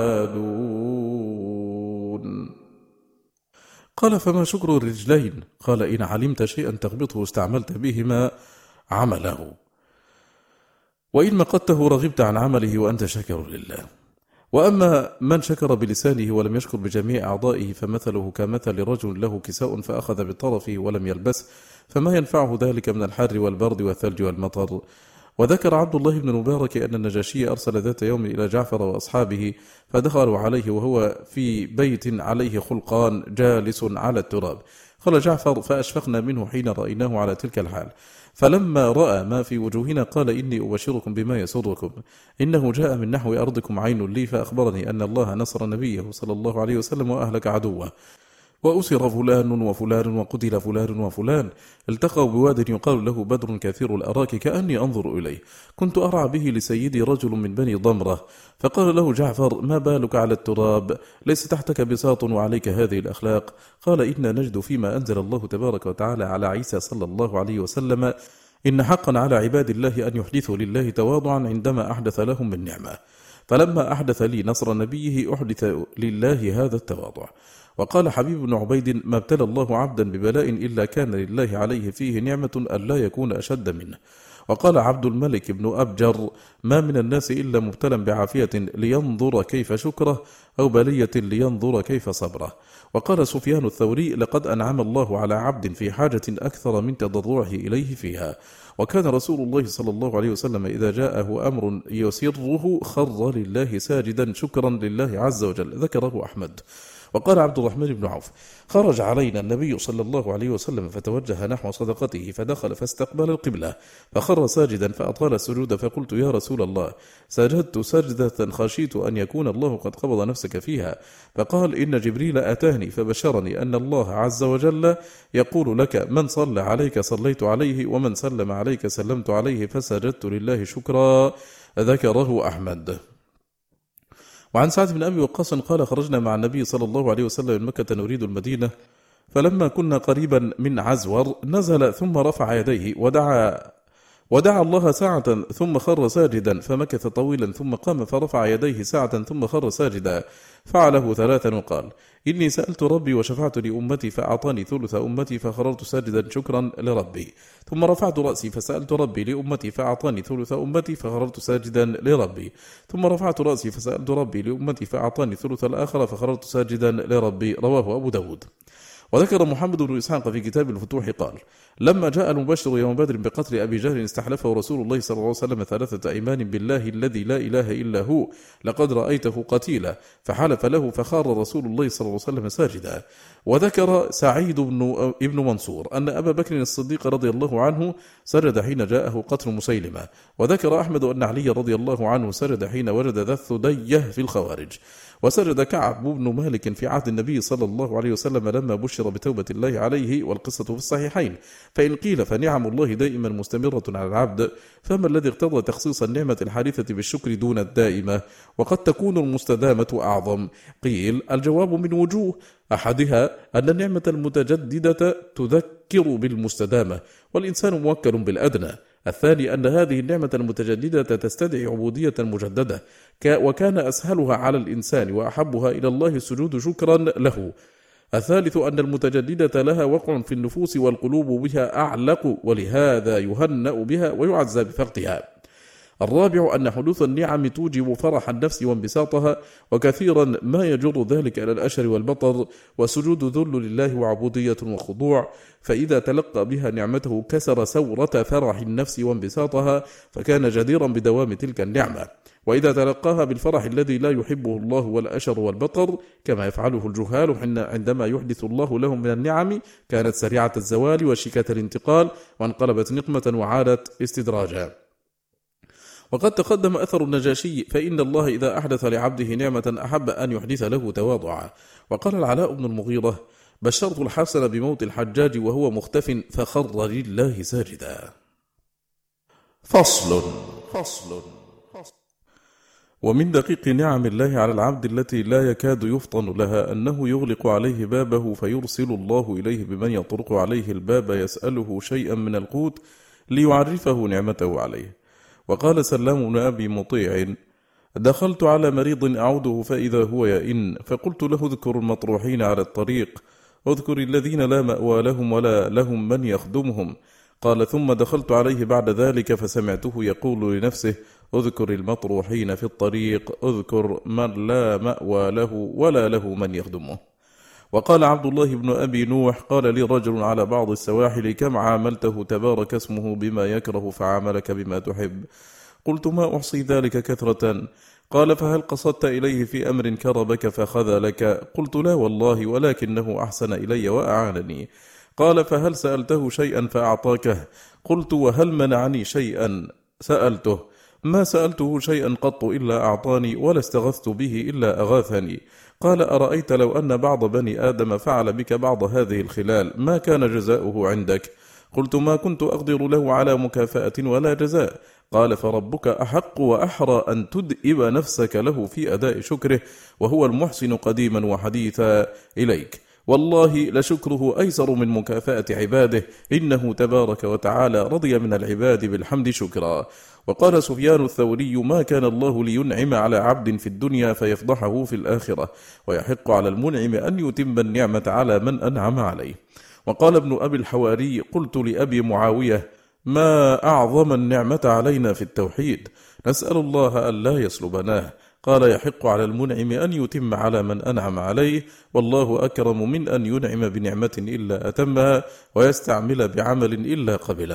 [SPEAKER 1] العادون. قال: فما شكر الرجلين؟ قال: إن علمت شيئا تغبطه استعملت بهما عمله، وإن مقته رغبت عن عمله وأنت شاكر لله. وأما من شكر بلسانه ولم يشكر بجميع أعضائه فمثله كمثل رجل له كساء فأخذ بطرفه ولم يلبس، فما ينفعه ذلك من الحر والبرد والثلج والمطر. وذكر عبد الله بن المبارك أن النجاشي أرسل ذات يوم إلى جعفر وأصحابه، فدخلوا عليه وهو في بيت عليه خلقان جالس على التراب. قال جعفر: فأشفقنا منه حين رأيناه على تلك الحال، فلما رأى ما في وجوهنا قال: إني أبشركم بما يسركم، إنه جاء من نحو أرضكم عين لي، فأخبرني أن الله نصر نبيه صلى الله عليه وسلم وأهلك عدوه، وأسر فلان وفلان وقتل فلان وفلان، التقوا بواد يقال له بدر كثير الأراك كأني أنظر إليه، كنت أرعى به لسيدي رجل من بني ضمرة. فقال له جعفر: ما بالك على التراب؟ ليس تحتك بساط وعليك هذه الأخلاق؟ قال: إنا نجد فيما أنزل الله تبارك وتعالى على عيسى صلى الله عليه وسلم: إن حقا على عباد الله أن يحدثوا لله تواضعا عندما أحدث لهم من نعمة، فلما أحدث لي نصر نبيه أحدث لله هذا التواضع. وقال حبيب بن عبيد: ما ابتلى الله عبدا ببلاء إلا كان لله عليه فيه نعمة ألا يكون أشد منه. وقال عبد الملك بن أبجر: ما من الناس إلا مبتلى بعافية لينظر كيف شكره، أو بلية لينظر كيف صبره. وقال سفيان الثوري: لقد أنعم الله على عبد في حاجة أكثر من تضرعه إليه فيها. وكان رسول الله صلى الله عليه وسلم إذا جاءه أمر يسره خر لله ساجدا شكرا لله عز وجل. ذكره أحمد. وقال عبد الرحمن بن عوف: خرج علينا النبي صلى الله عليه وسلم فتوجه نحو صدقته فدخل فاستقبل القبلة فخر ساجدا فأطال السجود، فقلت: يا رسول الله، سجدت سجدة خشيت أن يكون الله قد قبض نفسك فيها. فقال: إن جبريل أتاني فبشرني أن الله عز وجل يقول لك: من صلى عليك صليت عليه، ومن سلم عليك سلمت عليه، فسجدت لله شكرا. ذكره أحمد. وعن سعد بن أبي وقاص قال: خرجنا مع النبي صلى الله عليه وسلم من مكة نريد المدينة، فلما كنا قريبا من عزور نزل ثم رفع يديه ودعا الله ساعة ثم خر ساجدا، فمكث طويلا ثم قام فرفع يديه ساعة ثم خر ساجدا، فعله ثلاثا وقال: إني سألت ربي وشفعت لأمتي فأعطاني ثلث أمتي فخررت ساجدا شكرا لربي، ثم رفعت رأسي فسألت ربي لأمتي فأعطاني ثلث أمتي فخررت ساجدا لربي، ثم رفعت رأسي فسألت ربي لأمتي فأعطاني ثلث الآخر فخررت ساجدا لربي. رواه أبو داود. وذكر محمد بن إسحاق في كتاب الفتوح قال: لما جاء المبشر يوم بدر بقتل أبي جهل استحلفه رسول الله صلى الله عليه وسلم 3 أيمان بالله الذي لا إله إلا هو لقد رأيته قتيلا، فحلف له فخار رسول الله صلى الله عليه وسلم ساجدا. وذكر سعيد ابن منصور أن أبا بكر الصديق رضي الله عنه سجد حين جاءه قتل مسيلمة. وذكر أحمد أن علي رضي الله عنه سجد حين وجد ذا الثديه في الخوارج. وسجد كعب بن مالك في عهد النبي صلى الله عليه وسلم لما بشر بتوبة الله عليه، والقصة في الصحيحين. فإن قيل فنعم الله دائما مستمرة على العبد، فما الذي اقتضى تخصيص النعمة الحادثة بالشكر دون الدائمة؟ وقد تكون المستدامة أعظم. قيل: الجواب من وجوه، أحدها أن النعمة المتجددة تذكر بالمستدامة، والإنسان موكل بالأدنى. الثاني أن هذه النعمة المتجددة تستدعي عبودية مجددة، وكان أسهلها على الإنسان وأحبها إلى الله السجود شكرا له. الثالث أن المتجددة لها وقع في النفوس والقلوب بها أعلق، ولهذا يهنأ بها ويعزى بفقدها. الرابع أن حدوث النعم توجب فرح النفس وانبساطها، وكثيرا ما يجر ذلك إلى الأشر والبطر، والسجود ذل لله وعبودية وخضوع، فإذا تلقى بها نعمته كسر سورة فرح النفس وانبساطها، فكان جديرا بدوام تلك النعمة. وإذا تلقاها بالفرح الذي لا يحبه الله والأشر والبطر كما يفعله الجهال عندما يحدث الله لهم من النعم، كانت سريعة الزوال وشيكة الانتقال، وانقلبت نقمة وعادت استدراجا. وقد تقدم أثر النجاشي: فإن الله إذا أحدث لعبده نعمة أحب أن يحدث له تواضعا. وقال العلاء بن المغيرة: بشرت الحسن بموت الحجاج وهو مختف فخر لله ساجدا. فصل. ومن دقيق نعم الله على العبد التي لا يكاد يفطن لها أنه يغلق عليه بابه فيرسل الله إليه بمن يطرق عليه الباب يسأله شيئا من القوت ليعرفه نعمته عليه. وقال سلام بن أبي مطيع: دخلت على مريض أعوده فإذا هو يئن، فقلت له: اذكر المطروحين على الطريق، اذكر الذين لا مأوى لهم ولا لهم من يخدمهم. قال: ثم دخلت عليه بعد ذلك فسمعته يقول لنفسه: اذكر المطروحين في الطريق، اذكر من لا مأوى له ولا له من يخدمه. وقال عبد الله بن أبي نوح: قال لي رجل على بعض السواحل: كم عاملته تبارك اسمه بما يكره فعاملك بما تحب؟ قلت: ما أحصي ذلك كثرة. قال: فهل قصدت إليه في أمر كربك فخذلك؟ قلت: لا والله، ولكنه أحسن إلي وأعانني. قال: فهل سألته شيئا فأعطاكه؟ قلت: وهل منعني شيئا سألته؟ ما سألته شيئا قط إلا أعطاني، ولا استغثت به إلا أغاثني. قال: أرأيت لو أن بعض بني آدم فعل بك بعض هذه الخلال ما كان جزاؤه عندك؟ قلت: ما كنت أقدر له على مكافأة ولا جزاء. قال: فربك أحق وأحرى أن تدئب نفسك له في أداء شكره، وهو المحسن قديما وحديثا إليك. والله لشكره أيسر من مكافأة عباده، إنه تبارك وتعالى رضي من العباد بالحمد شكرا. وقال سفيان الثوري: ما كان الله لينعم على عبد في الدنيا فيفضحه في الآخرة، ويحق على المنعم أن يتم النعمة على من أنعم عليه. وقال ابن أبي الحواري: قلت لأبي معاوية: ما أعظم النعمة علينا في التوحيد، نسأل الله أن لا يسلبناه. قال: يحق على المنعم أن يتم على من أنعم عليه، والله أكرم من أن ينعم بنعمة إلا أتمها، ويستعمل بعمل إلا قبله.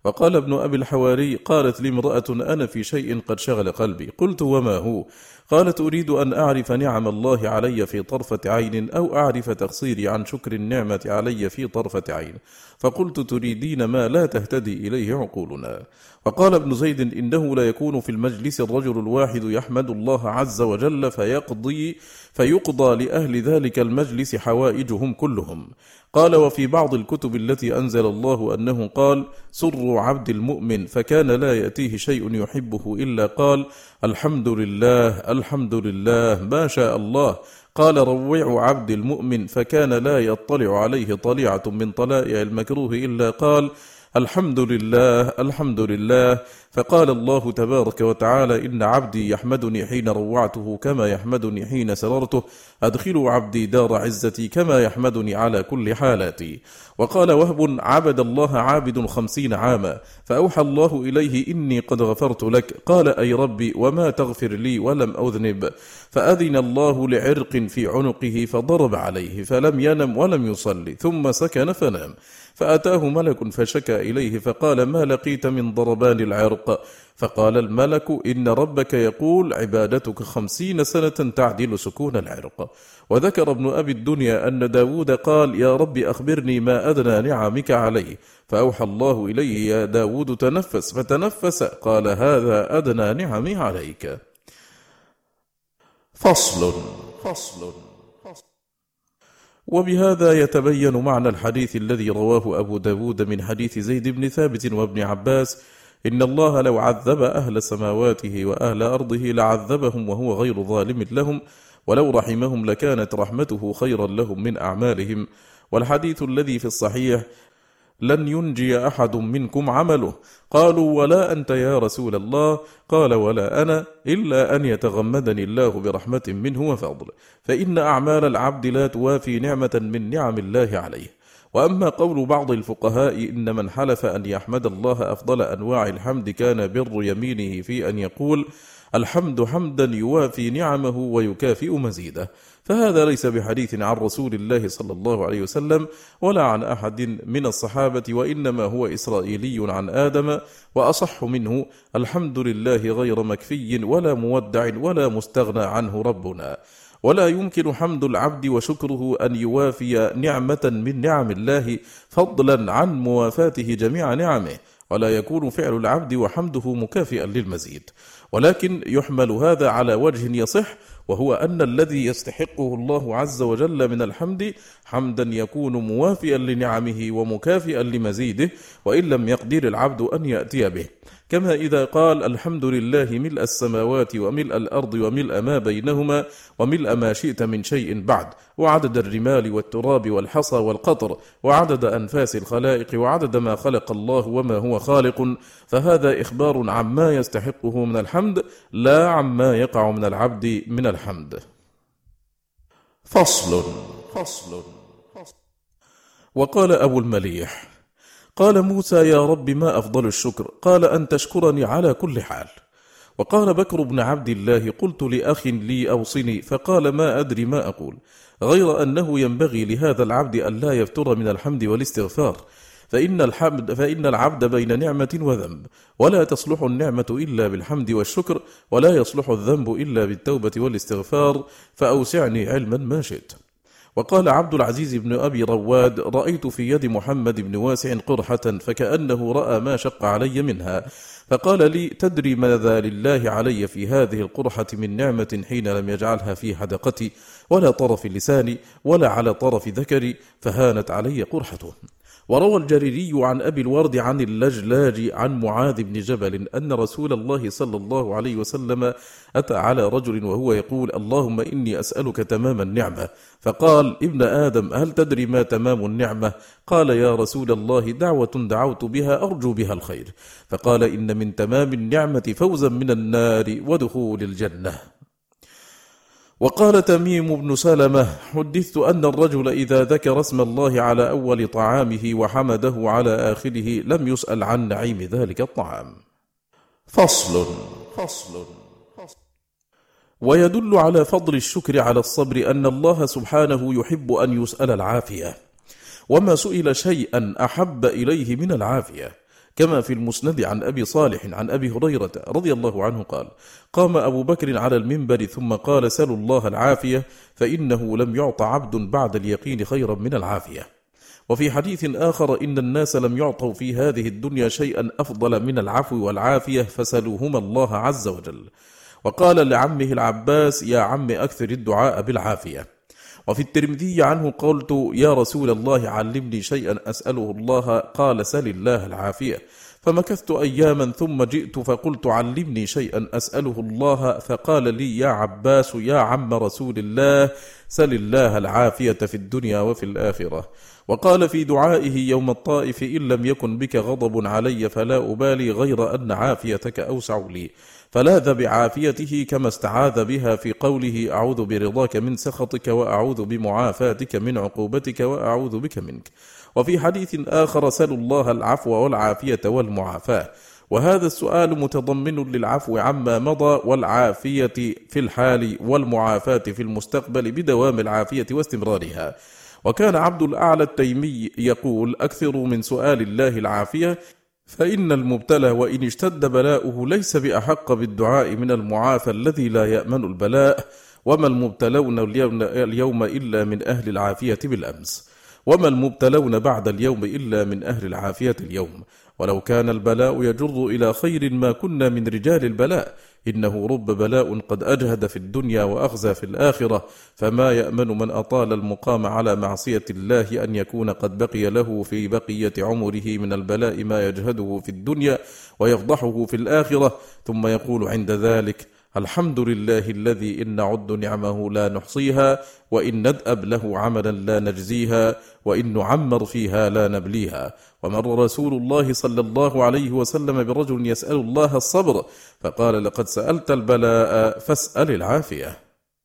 [SPEAKER 1] وقال ابن أبي الحواري: قالت لي امرأة: أنا في شيء قد شغل قلبي. قلت: وما هو؟ قالت: أريد أن أعرف نعم الله علي في طرفة عين، أو أعرف تقصيري عن شكر النعمة علي في طرفة عين. فقلت: تريدين ما لا تهتدي إليه عقولنا. وقال ابن زيد: إنه لا يكون في المجلس الرجل الواحد يحمد الله عز وجل فيقضى لأهل ذلك المجلس حوائجهم كلهم. قال: وفي بعض الكتب التي أنزل الله أنه قال: سر عبد المؤمن، فكان لا يأتيه شيء يحبه إلا قال: الحمد لله الحمد لله ما شاء الله. قال: روع عبد المؤمن، فكان لا يطلع عليه طليعة من طلائع المكروه إلا قال: الحمد لله الحمد لله. فقال الله تبارك وتعالى: إن عبدي يحمدني حين روعته كما يحمدني حين سررته، أدخلوا عبدي دار عزتي كما يحمدني على كل حالاتي. وقال وهب: عبد الله عابد 50 عاما، فأوحى الله إليه: إني قد غفرت لك. قال: أي ربي، وما تغفر لي ولم أذنب؟ فأذن الله لعرق في عنقه فضرب عليه، فلم ينم ولم يصلي، ثم سكن فنام. فأتاه ملك فشكى إليه فقال: ما لقيت من ضربان العرق؟ فقال الملك: إن ربك يقول: عبادتك 50 سنة تعدل سكون العرق. وذكر ابن أبي الدنيا أن داود قال: يا رب أخبرني ما أدنى نعمك عليه. فأوحى الله إليه: يا داود تنفس، فتنفس، قال: هذا أدنى نعمي عليك. فصل. وبهذا يتبين معنى الحديث الذي رواه أبو داود من حديث زيد بن ثابت وابن عباس: إن الله لو عذب أهل سماواته وأهل أرضه لعذبهم وهو غير ظالم لهم، ولو رحمهم لكانت رحمته خيرا لهم من أعمالهم. والحديث الذي في الصحيح: لن ينجي أحد منكم عمله. قالوا: ولا أنت يا رسول الله؟ قال: ولا أنا، إلا أن يتغمدني الله برحمة منه وفضل، فإن أعمال العبد لا توافي نعمة من نعم الله عليه. وأما قول بعض الفقهاء إن من حلف أن يحمد الله أفضل أنواع الحمد كان بر يمينه في أن يقول: الحمد حمدا يوافي نعمه ويكافئ مزيده، فهذا ليس بحديث عن رسول الله صلى الله عليه وسلم ولا عن أحد من الصحابة، وإنما هو إسرائيلي عن آدم، وأصح منه: الحمد لله غير مكفي ولا مودع ولا مستغنى عنه ربنا. ولا يمكن حمد العبد وشكره أن يوافي نعمة من نعم الله فضلا عن موافاته جميع نعمه، ولا يكون فعل العبد وحمده مكافئا للمزيد. ولكن يحمل هذا على وجه يصح، وهو أن الذي يستحقه الله عز وجل من الحمد حمدا يكون موافيا لنعمه ومكافئا لمزيده، وإن لم يقدر العبد أن يأتي به. كما إذا قال: الحمد لله ملء السماوات وملء الأرض وملء ما بينهما وملء ما شئت من شيء بعد، وعدد الرمال والتراب والحصى والقطر، وعدد أنفاس الخلائق، وعدد ما خلق الله وما هو خالق. فهذا إخبار عما يستحقه من الحمد، لا عما يقع من العبد من الحمد. فصل. وقال أبو المليح: قال موسى: يا رب ما أفضل الشكر؟ قال: أن تشكرني على كل حال. وقال بكر بن عبد الله: قلت لأخ لي أوصني، فقال: ما أدري ما أقول، غير أنه ينبغي لهذا العبد أن لا يفتر من الحمد والاستغفار، فإن العبد بين نعمة وذنب، ولا تصلح النعمة إلا بالحمد والشكر، ولا يصلح الذنب إلا بالتوبة والاستغفار، فأوسعني علما ما شئت. وقال عبد العزيز بن أبي رواد: رأيت في يد محمد بن واسع قرحة، فكأنه رأى ما شق علي منها، فقال لي: تدري ماذا لله علي في هذه القرحة من نعمة حين لم يجعلها في حدقتي ولا طرف لساني ولا على طرف ذكري، فهانت علي قرحته. وروى الجريري عن أبي الورد عن اللجلاج عن معاذ بن جبل أن رسول الله صلى الله عليه وسلم أتى على رجل وهو يقول: اللهم إني أسألك تمام النعمة. فقال: ابن آدم، هل تدري ما تمام النعمة؟ قال: يا رسول الله، دعوة دعوت بها أرجو بها الخير. فقال: إن من تمام النعمة فوزا من النار ودخول الجنة. وقال تميم بن سلمة: حدثت أن الرجل إذا ذكر اسم الله على أول طعامه وحمده على آخره لم يسأل عن نعيم ذلك الطعام. فصل. ويدل على فضل الشكر على الصبر أن الله سبحانه يحب أن يسأل العافية، وما سئل شيئا أحب إليه من العافية، كما في المسند عن أبي صالح عن أبي هريرة رضي الله عنه قال: قام أبو بكر على المنبر ثم قال: سلوا الله العافية، فإنه لم يعط عبد بعد اليقين خيرا من العافية. وفي حديث آخر: إن الناس لم يعطوا في هذه الدنيا شيئا أفضل من العفو والعافية، فسلوهما الله عز وجل. وقال لعمه العباس: يا عم أكثر الدعاء بالعافية. وفي الترمذي عنه: قلت: يا رسول الله علمني شيئا أسأله الله، قال: سل الله العافية. فمكثت أياما ثم جئت فقلت: علمني شيئا أسأله الله، فقال لي: يا عباس يا عم رسول الله، سل الله العافية في الدنيا وفي الآخرة. وقال في دعائه يوم الطائف: إن لم يكن بك غضب علي فلا أبالي، غير أن عافيتك أوسع لي. فلاذ بعافيته كما استعاذ بها في قوله: أعوذ برضاك من سخطك، وأعوذ بمعافاتك من عقوبتك، وأعوذ بك منك. وفي حديث آخر: سلوا الله العفو والعافية والمعافاة. وهذا السؤال متضمن للعفو عما مضى، والعافية في الحال، والمعافاة في المستقبل بدوام العافية واستمرارها. وكان عبد الأعلى التيمي يقول: أكثروا من سؤال الله العافية، فإن المبتلى وإن اشتد بلاؤه ليس بأحق بالدعاء من المعافى الذي لا يأمن البلاء. وما المبتلون اليوم إلا من أهل العافية بالأمس، وما المبتلون بعد اليوم إلا من أهل العافية اليوم. ولو كان البلاء يجر إلى خير ما كنا من رجال البلاء. إنه رب بلاء قد أجهد في الدنيا وأخزى في الآخرة، فما يأمن من أطال المقام على معصية الله أن يكون قد بقي له في بقية عمره من البلاء ما يجهده في الدنيا ويفضحه في الآخرة، ثم يقول عند ذلك: الحمد لله الذي إن نعد نعمه لا نحصيها، وإن ندأب له عملا لا نجزيها، وإن نعمر فيها لا نبليها. ومر رسول الله صلى الله عليه وسلم برجل يسأل الله الصبر، فقال: لقد سألت البلاء فاسأل العافية.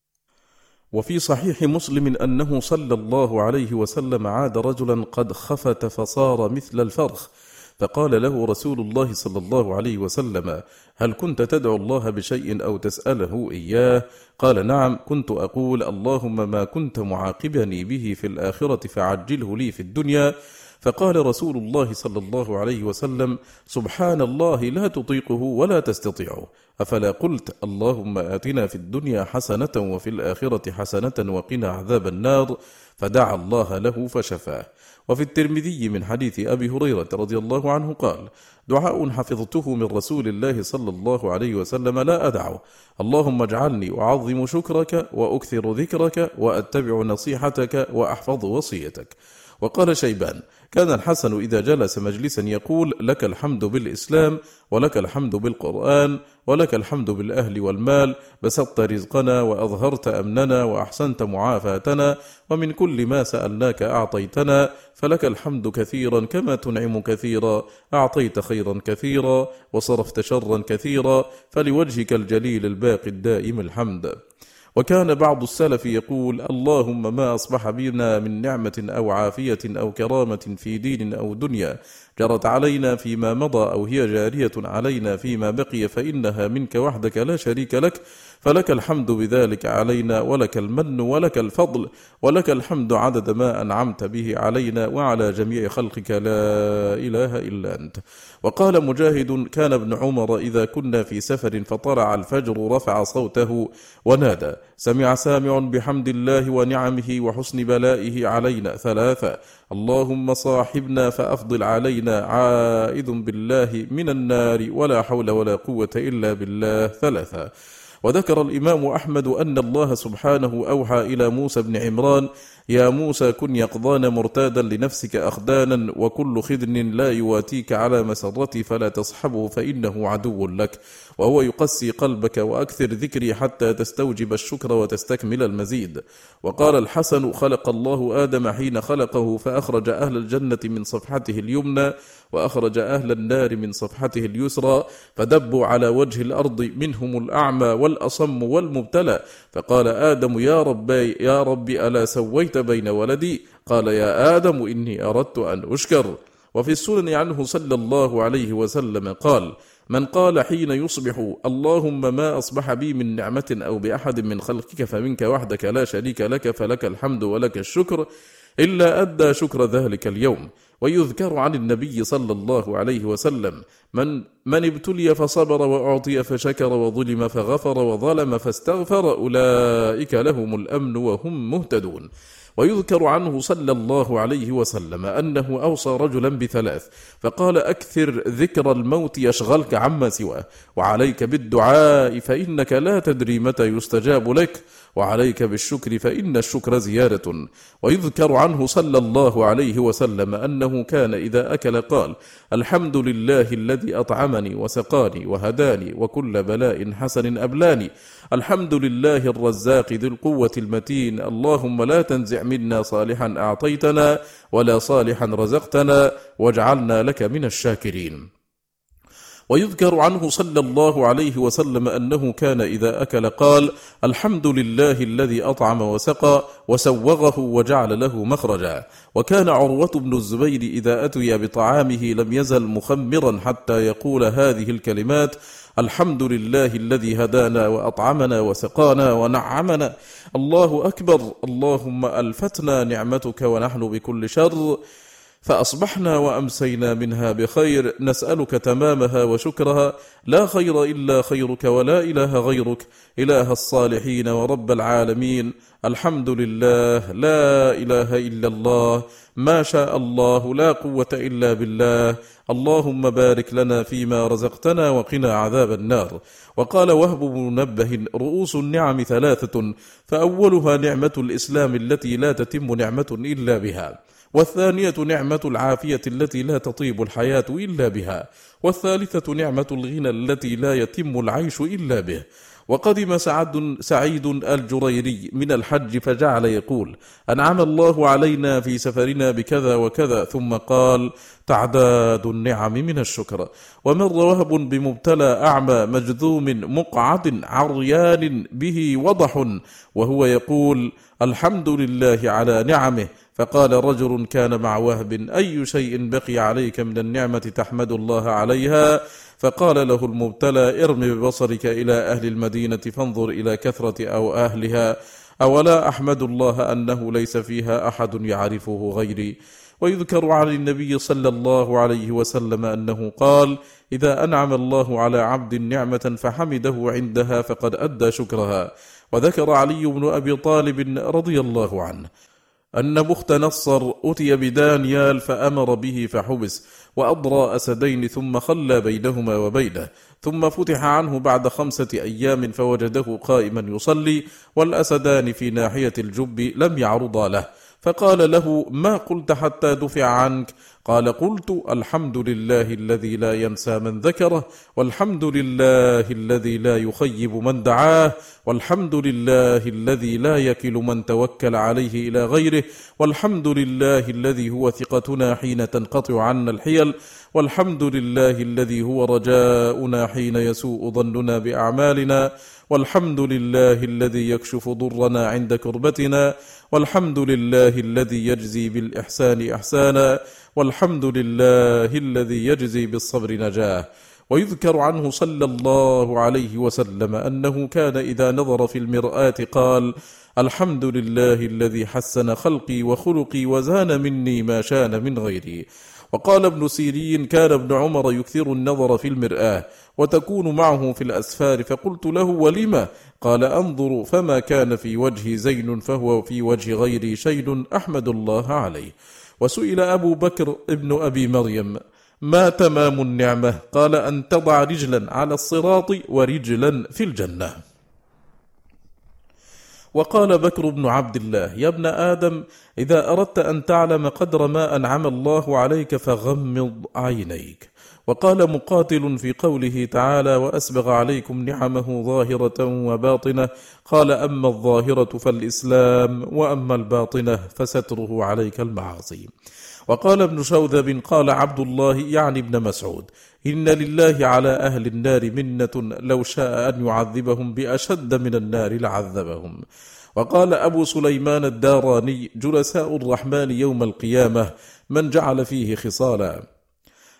[SPEAKER 1] وفي صحيح مسلم أنه صلى الله عليه وسلم عاد رجلا قد خفت فصار مثل الفرخ، فقال له رسول الله صلى الله عليه وسلم: هل كنت تدعو الله بشيء أو تسأله إياه؟ قال: نعم، كنت أقول: اللهم ما كنت معاقبني به في الآخرة فعجله لي في الدنيا. فقال رسول الله صلى الله عليه وسلم: سبحان الله، لا تطيقه ولا تستطيعه. أفلا قلت: اللهم آتنا في الدنيا حسنة وفي الآخرة حسنة وقنا عذاب النار؟ فدعا الله له فشفاه. وفي الترمذي من حديث أبي هريرة رضي الله عنه قال: دعاء حفظته من رسول الله صلى الله عليه وسلم لا أدعه: اللهم اجعلني أعظم شكرك وأكثر ذكرك وأتبع نصيحتك وأحفظ وصيتك. وقال شيبان: كان الحسن إذا جلس مجلسا يقول: لك الحمد بالإسلام، ولك الحمد بالقرآن، ولك الحمد بالأهل والمال، بسطت رزقنا وأظهرت أمننا وأحسنت معافاتنا، ومن كل ما سألناك أعطيتنا، فلك الحمد كثيرا كما تنعم كثيرا، أعطيت خيرا كثيرا وصرفت شرا كثيرا، فلوجهك الجليل الباقي الدائم الحمد. وكان بعض السلف يقول: اللهم ما أصبح بنا من نعمة أو عافية أو كرامة في دين أو دنيا جرت علينا فيما مضى أو هي جارية علينا فيما بقي فإنها منك وحدك لا شريك لك، فلك الحمد بذلك علينا، ولك المن ولك الفضل، ولك الحمد عدد ما أنعمت به علينا وعلى جميع خلقك، لا إله إلا أنت. وقال مجاهد: كان ابن عمر إذا كنا في سفر فطلع الفجر رفع صوته ونادى: سمع سامع بحمد الله ونعمه وحسن بلائه علينا ثلاثة: اللهم صاحبنا فأفضل علينا، عائذ بالله من النار، ولا حول ولا قوة إلا بالله ثلاثة. وذكر الإمام أحمد أن الله سبحانه أوحى إلى موسى بن عمران: يا موسى كن يقظان مرتادا لنفسك أخدانا، وكل خدن لا يواتيك على مسرتي فلا تصحبه فإنه عدو لك، وهو يقسي قلبك، وأكثر ذكري حتى تستوجب الشكر وتستكمل المزيد. وقال الحسن: خلق الله آدم حين خلقه فأخرج أهل الجنة من صفحته اليمنى، وأخرج أهل النار من صفحته اليسرى، فدبوا على وجه الأرض، منهم الأعمى والأصم والمبتلى، فقال آدم: يا ربي ألا سويت بين ولدي؟ قال: يا آدم إني أردت أن أشكر. وفي السنن عنه صلى الله عليه وسلم قال: من قال حين يصبح: اللهم ما أصبح بي من نعمة أو بأحد من خلقك فمنك وحدك لا شريك لك، فلك الحمد ولك الشكر، إلا أدى شكر ذلك اليوم. ويذكر عن النبي صلى الله عليه وسلم: من ابتلي فصبر وأعطي فشكر وظلم فغفر وظلم فاستغفر أولئك لهم الأمن وهم مهتدون. ويذكر عنه صلى الله عليه وسلم أنه أوصى رجلا بثلاث، فقال: أكثر ذكر الموت يشغلك عما سواه، وعليك بالدعاء فإنك لا تدري متى يستجاب لك، وعليك بالشكر فإن الشكر زيادة. ويذكر عنه صلى الله عليه وسلم أنه كان إذا أكل قال: الحمد لله الذي أطعمني وسقاني وهداني وكل بلاء حسن أبلاني، الحمد لله الرزاق ذي القوة المتين، اللهم لا تنزع منا صالحا أعطيتنا ولا صالحا رزقتنا واجعلنا لك من الشاكرين. ويذكر عنه صلى الله عليه وسلم أنه كان إذا أكل قال: الحمد لله الذي أطعم وسقى وسوغه وجعل له مخرجا. وكان عروة بن الزبير إذا أتي بطعامه لم يزل مخمرا حتى يقول هذه الكلمات: الحمد لله الذي هدانا وأطعمنا وسقانا ونعمنا، الله أكبر، اللهم ألفتنا نعمتك ونحن بكل شر، فأصبحنا وأمسينا منها بخير، نسألك تمامها وشكرها، لا خير إلا خيرك ولا إله غيرك، إله الصالحين ورب العالمين، الحمد لله، لا إله إلا الله، ما شاء الله، لا قوة إلا بالله، اللهم بارك لنا فيما رزقتنا وقنا عذاب النار. وقال وهب بن منبه: رؤوس النعم ثلاثة، فأولها نعمة الإسلام التي لا تتم نعمة إلا بها، والثانية نعمة العافية التي لا تطيب الحياة إلا بها، والثالثة نعمة الغنى التي لا يتم العيش إلا به. وقدم سعيد الجريري من الحج فجعل يقول: أنعم الله علينا في سفرنا بكذا وكذا، ثم قال: تعداد النعم من الشكر. ومر وهب بمبتلى أعمى مجذوم مقعد عريان به وضح وهو يقول: الحمد لله على نعمه. فقال رجل كان مع وهب: أي شيء بقي عليك من النعمة تحمد الله عليها؟ فقال له المبتلى: ارم ببصرك إلى أهل المدينة فانظر إلى كثرة أو أهلها، أولا أحمد الله أنه ليس فيها أحد يعرفه غيري. ويذكر عن النبي صلى الله عليه وسلم أنه قال: إذا أنعم الله على عبد نعمة فحمده عندها فقد أدى شكرها. وذكر علي بن أبي طالب رضي الله عنه أن بخت نصر أتي بدانيال فأمر به فحبس، وأضرى أسدين ثم خلى بينهما وبينه، ثم فتح عنه بعد 5 أيام فوجده قائما يصلي، والأسدان في ناحية الجب لم يعرضا له، فقال له: ما قلت حتى دفع عنك؟ قال: قلت: الحمد لله الذي لا ينسى من ذكره، والحمد لله الذي لا يخيب من دعاه، والحمد لله الذي لا يكل من توكل عليه إلى غيره، والحمد لله الذي هو ثقتنا حين تنقطع عنا الحيل، والحمد لله الذي هو رجاؤنا حين يسوء ظننا بأعمالنا، والحمد لله الذي يكشف ضرنا عند كربتنا، والحمد لله الذي يجزي بالإحسان إحسانا، والحمد لله الذي يجزي بالصبر نجاه. ويذكر عنه صلى الله عليه وسلم أنه كان إذا نظر في المرآة قال: الحمد لله الذي حسن خلقي وخلقي وزان مني ما شان من غيري. وقال ابن سيرين: كان ابن عمر يكثر النظر في المرآة وتكون معه في الأسفار، فقلت له: ولما؟ قال: أنظر فما كان في وجهي زين فهو في وجه غيري شيء أحمد الله عليه. وسئل أبو بكر ابن أبي مريم: ما تمام النعمة؟ قال: أن تضع رجلا على الصراط ورجلا في الجنة. وقال بكر بن عبد الله: يا ابن آدم، إذا أردت أن تعلم قدر ما أنعم الله عليك فغمض عينيك. وقال مقاتل في قوله تعالى: وأسبغ عليكم نعمه ظاهرة وباطنة، قال: أما الظاهرة فالإسلام، وأما الباطنة فستره عليك المعاصي. وقال ابن شوذب: قال عبد الله يعني ابن مسعود: إن لله على أهل النار منة، لو شاء أن يعذبهم بأشد من النار لعذبهم. وقال أبو سليمان الداراني: جلساء الرحمن يوم القيامة من جعل فيه خصالا: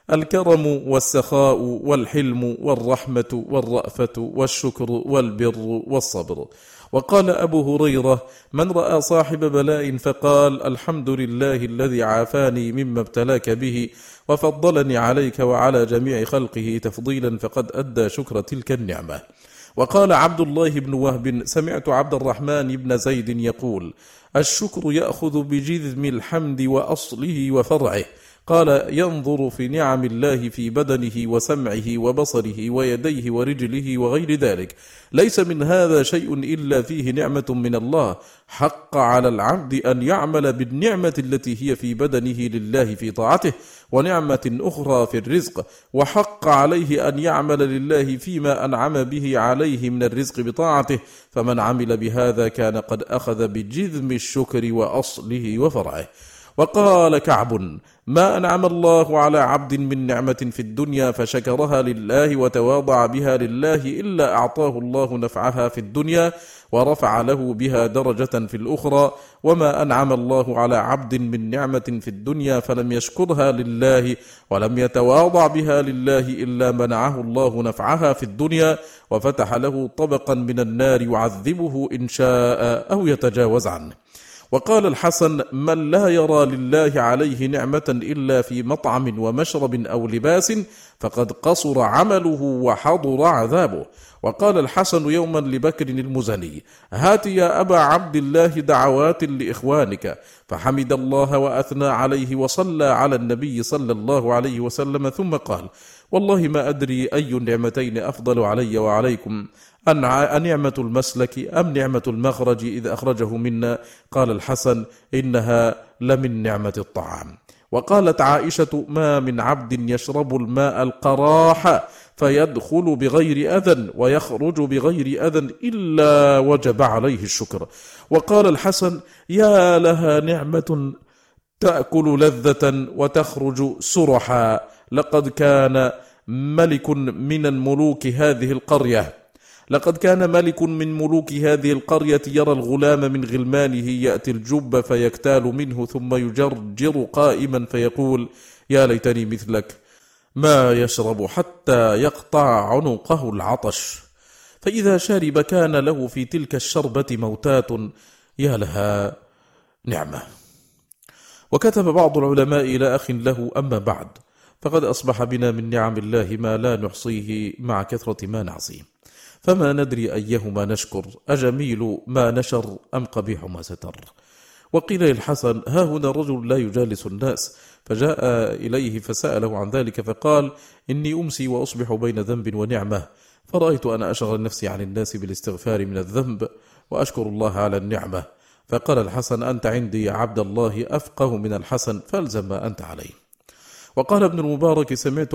[SPEAKER 1] الكرم والسخاء والحلم والرحمة والرأفة والشكر والبر والصبر. وقال أبو هريرة: من رأى صاحب بلاء فقال الحمد لله الذي عافاني مما ابتلاك به وفضلني عليك وعلى جميع خلقه تفضيلا فقد أدى شكر تلك النعمة. وقال عبد الله بن وهب: سمعت عبد الرحمن بن زيد يقول: الشكر يأخذ بجذم الحمد وأصله وفرعه. قال: ينظر في نعم الله في بدنه وسمعه وبصره ويديه ورجله وغير ذلك، ليس من هذا شيء إلا فيه نعمة من الله، حق على العبد أن يعمل بالنعمة التي هي في بدنه لله في طاعته، ونعمة أخرى في الرزق، وحق عليه أن يعمل لله فيما أنعم به عليه من الرزق بطاعته، فمن عمل بهذا كان قد أخذ بجذم الشكر وأصله وفرعه. وقال كعب: ما أنعم الله على عبد من نعمة في الدنيا فشكرها لله وتواضع بها لله إلا أعطاه الله نفعها في الدنيا ورفع له بها درجة في الأخرى، وما أنعم الله على عبد من نعمة في الدنيا فلم يشكرها لله ولم يتواضع بها لله إلا منعه الله نفعها في الدنيا وفتح له طبقا من النار يعذبه إن شاء أو يتجاوز عنه. وقال الحسن: من لا يرى لله عليه نعمة إلا في مطعم ومشرب أو لباس فقد قصر عمله وحضر عذابه. وقال الحسن يوما لبكر المزني: هات يا أبا عبد الله دعوات لإخوانك، فحمد الله وأثنى عليه وصلى على النبي صلى الله عليه وسلم، ثم قال: والله ما أدري أي النعمتين أفضل علي وعليكم، أنعمة المسلك أم نعمة المخرج إذا أخرجه منا؟ قال الحسن: إنها لمن نعمة الطعام. وقالت عائشة: ما من عبد يشرب الماء القراح فيدخل بغير أذى ويخرج بغير أذى إلا وجب عليه الشكر. وقال الحسن: يا لها نعمة تأكل لذة وتخرج سرحا، لقد كان ملك من ملوك هذه القرية يرى الغلام من غلمانه يأتي الجب فيكتال منه ثم يجرجر قائما فيقول: يا ليتني مثلك، ما يشرب حتى يقطع عنقه العطش، فإذا شرب كان له في تلك الشربة موتات، يا لها نعمة. وكتب بعض العلماء إلى أخ له: أما بعد، فقد أصبح بنا من نعم الله ما لا نحصيه مع كثرة ما نعصيه، فما ندري أيهما نشكر، أجميل ما نشر أم قبيح ما ستر. وقيل للحسن: ها هنا رجل لا يجالس الناس، فجاء إليه فسأله عن ذلك فقال: إني أمسي وأصبح بين ذنب ونعمة، فرأيت أن أشغل نفسي عن الناس بالاستغفار من الذنب وأشكر الله على النعمة. فقال الحسن: أنت عندي يا عبد الله أفقه من الحسن، فالزم ما أنت عليه. وقال ابن المبارك: سمعت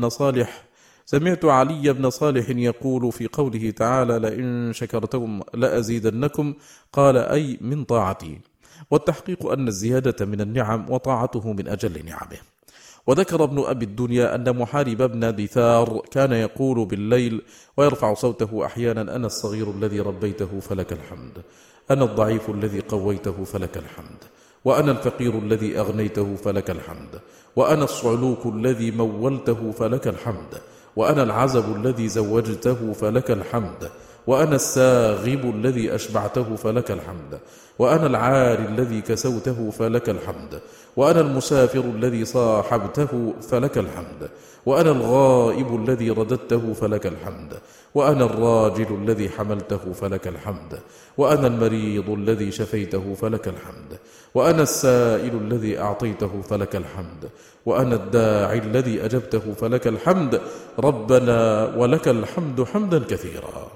[SPEAKER 1] علي بن صالح يقول في قوله تعالى: لئن شكرتم لأزيدنكم، قال: أي من طاعتي. والتحقيق أن الزيادة من النعم وطاعته من أجل نعمه. وذكر ابن أبي الدنيا أن محارب بن دثار كان يقول بالليل ويرفع صوته أحيانا: أنا الصغير الذي ربيته فلك الحمد، أنا الضعيف الذي قويته فلك الحمد، وأنا الفقير الذي أغنيته فلك الحمد، وأنا الصعلوك الذي مولته فلك الحمد، وأنا العزب الذي زوجته فلك الحمد، وأنا الساغب الذي أشبعته فلك الحمد، وأنا العاري الذي كسوته فلك الحمد، وأنا المسافر الذي صاحبته فلك الحمد، وأنا الغائب الذي رددته فلك الحمد، وأنا الراجل الذي حملته فلك الحمد، وأنا المريض الذي شفيته فلك الحمد، وأنا السائل الذي أعطيته فلك الحمد، وأنا الداعي الذي أجبته فلك الحمد، ربنا ولك الحمد حمدا كثيرا.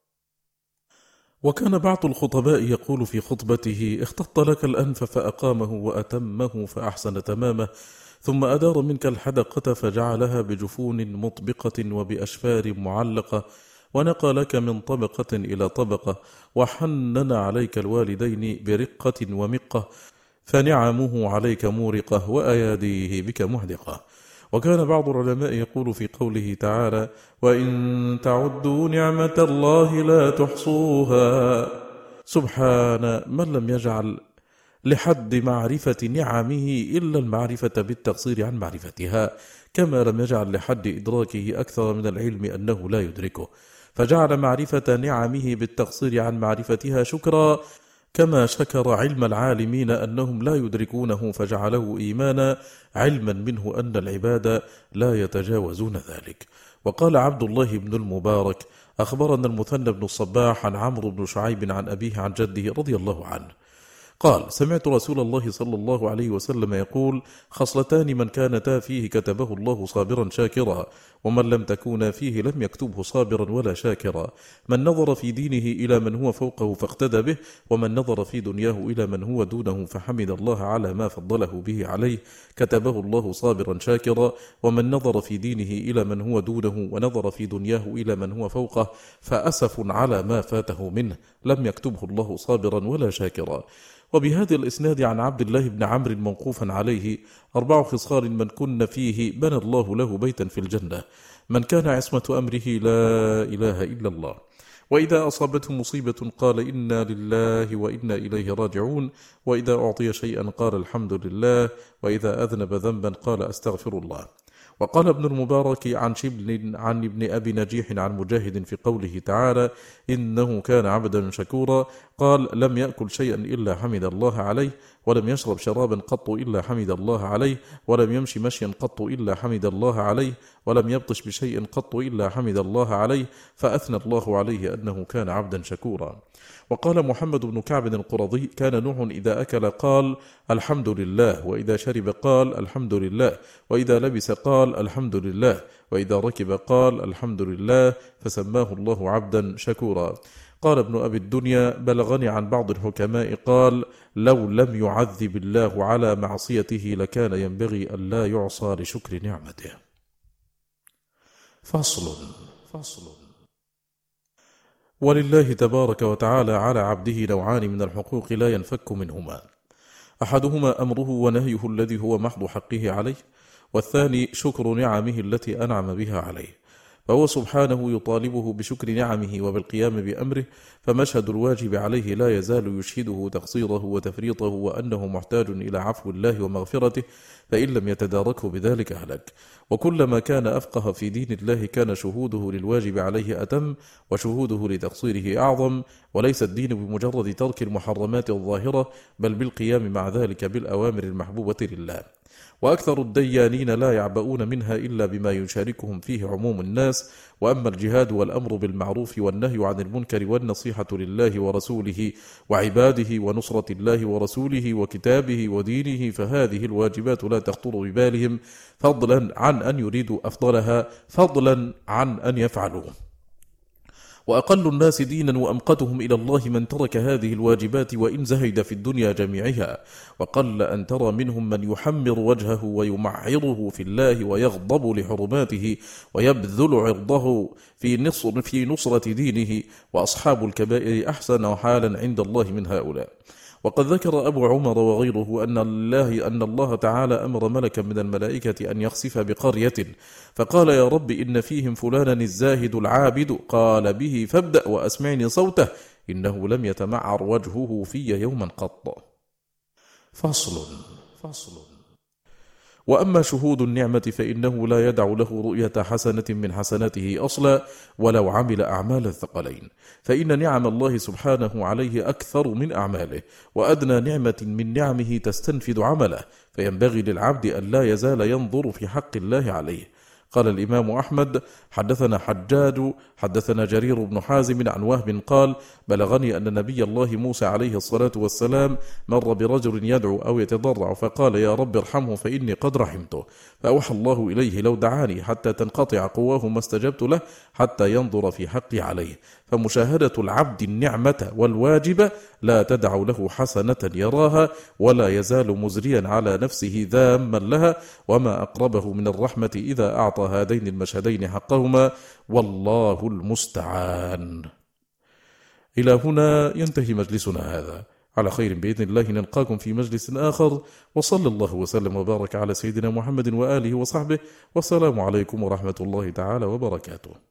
[SPEAKER 1] وكان بعض الخطباء يقول في خطبته: اختط لك الأنف فأقامه وأتمه فأحسن تمامه، ثم أدار منك الحدقة فجعلها بجفون مطبقة وبأشفار معلقة، ونقى لك من طبقة إلى طبقة، وحنن عليك الوالدين برقة ومقة، فنعمه عليك مورقة وأياديه بك مهدقة. وكان بعض العلماء يقول في قوله تعالى: وإن تعدوا نعمة الله لا تحصوها، سبحان من لم يجعل لحد معرفة نعمه إلا المعرفة بالتقصير عن معرفتها، كما لم يجعل لحد إدراكه أكثر من العلم أنه لا يدركه، فجعل معرفة نعمه بالتقصير عن معرفتها شكرا، كما شكر علم العالمين أنهم لا يدركونه فجعله إيمانا، علما منه أن العباد لا يتجاوزون ذلك. وقال عبد الله بن المبارك: أخبرنا المثنى بن الصباح عن عمرو بن شعيب عن أبيه عن جده رضي الله عنه قال: سمعت رسول الله صلى الله عليه وسلم يقول: خصلتان من كانتا فيه كتبه الله صابرا شاكرا، ومن لم تكونا فيه لم يكتبه صابرا ولا شاكرا، من نظر في دينه إلى من هو فوقه فاقتدى به، ومن نظر في دنياه إلى من هو دونه فحمد الله على ما فضله به عليه كتبه الله صابرا شاكرا، ومن نظر في دينه إلى من هو دونه ونظر في دنياه إلى من هو فوقه فأسف على ما فاته منه لم يكتبه الله صابرا ولا شاكرا. وبهذا الإسناد عن عبد الله بن عمرو موقوفا عليه: 4 خصال من كن فيه بنى الله له بيتا في الجنة: من كان عصمة أمره لا إله إلا الله، وإذا أصابته مصيبة قال إنا لله وإنا إليه راجعون، وإذا أعطي شيئا قال الحمد لله، وإذا أذنب ذنبا قال أستغفر الله. وقال ابن المبارك عن شبل عن ابن أبي نجيح عن مجاهد في قوله تعالى: إنه كان عبدا شكورا، قال: لم يأكل شيئا إلا حمد الله عليه، ولم يشرب شرابا قط إلا حمد الله عليه، ولم يمشي مشيا قط إلا حمد الله عليه، ولم يبطش بشيء قط إلا حمد الله عليه، فأثنى الله عليه أنه كان عبدا شكورا. وقال محمد بن كعب القرظي: كان نوح إذا أكل قال الحمد لله، وإذا شرب قال الحمد لله، وإذا لبس قال الحمد لله، وإذا ركب قال الحمد لله، فسماه الله عبدا شكورا. قال ابن أبي الدنيا: بلغني عن بعض الحكماء قال: لو لم يعذب الله على معصيته لكان ينبغي أن لا يعصى لشكر نعمته. فصل. ولله تبارك وتعالى على عبده نوعان من الحقوق لا ينفك منهما: أحدهما أمره ونهيه الذي هو محض حقه عليه، والثاني شكر نعمه التي أنعم بها عليه، فهو سبحانه يطالبه بشكر نعمه وبالقيام بأمره، فمشهد الواجب عليه لا يزال يشهده تقصيره وتفريطه وأنه محتاج إلى عفو الله ومغفرته، فإن لم يتداركه بذلك هلك. وكلما كان أفقه في دين الله كان شهوده للواجب عليه أتم، وشهوده لتقصيره أعظم، وليس الدين بمجرد ترك المحرمات الظاهرة، بل بالقيام مع ذلك بالأوامر المحبوبة لله. وأكثر الديانين لا يعبؤون منها إلا بما يشاركهم فيه عموم الناس، وأما الجهاد والأمر بالمعروف والنهي عن المنكر والنصيحة لله ورسوله وعباده ونصرة الله ورسوله وكتابه ودينه، فهذه الواجبات لا تخطر ببالهم، فضلا عن أن يريدوا أفضلها، فضلا عن أن يفعلوه. وأقل الناس دينا وأمقتهم إلى الله من ترك هذه الواجبات وإن زهد في الدنيا جميعها، وقل أن ترى منهم من يحمر وجهه ويمعره في الله ويغضب لحرماته ويبذل عرضه في نصرة دينه، وأصحاب الكبائر أحسن حالا عند الله من هؤلاء. وقد ذكر أبو عمر وغيره أن الله تعالى أمر ملكا من الملائكة أن يخسف بقرية، فقال: يا رب إن فيهم فلانا الزاهد العابد، قال: به فابدأ وأسمعني صوته، إنه لم يتمعر وجهه في يوما قط. فصل. وأما شهود النعمة فإنه لا يدع له رؤية حسنة من حسناته أصلا ولو عمل أعمال الثقلين، فإن نعم الله سبحانه عليه أكثر من أعماله، وأدنى نعمة من نعمه تستنفذ عمله، فينبغي للعبد أن لا يزال ينظر في حق الله عليه. قال الإمام أحمد: حدثنا حجاج حدثنا جرير بن حازم عن وهب قال: بلغني أن نبي الله موسى عليه الصلاة والسلام مر برجل يدعو أو يتضرع فقال: يا رب ارحمه فإني قد رحمته، فأوحى الله إليه: لو دعاني حتى تنقطع قواه ما استجبت له حتى ينظر في حقي عليه. فمشاهدة العبد النعمة والواجب لا تدع له حسنة يراها، ولا يزال مزريا على نفسه ذاما لها، وما أقربه من الرحمة إذا أعطى هذين المشهدين حقهما، والله المستعان. إلى هنا ينتهي مجلسنا هذا، على خير بإذن الله نلقاكم في مجلس آخر، وصلى الله وسلم وبارك على سيدنا محمد وآله وصحبه، والسلام عليكم ورحمة الله تعالى وبركاته.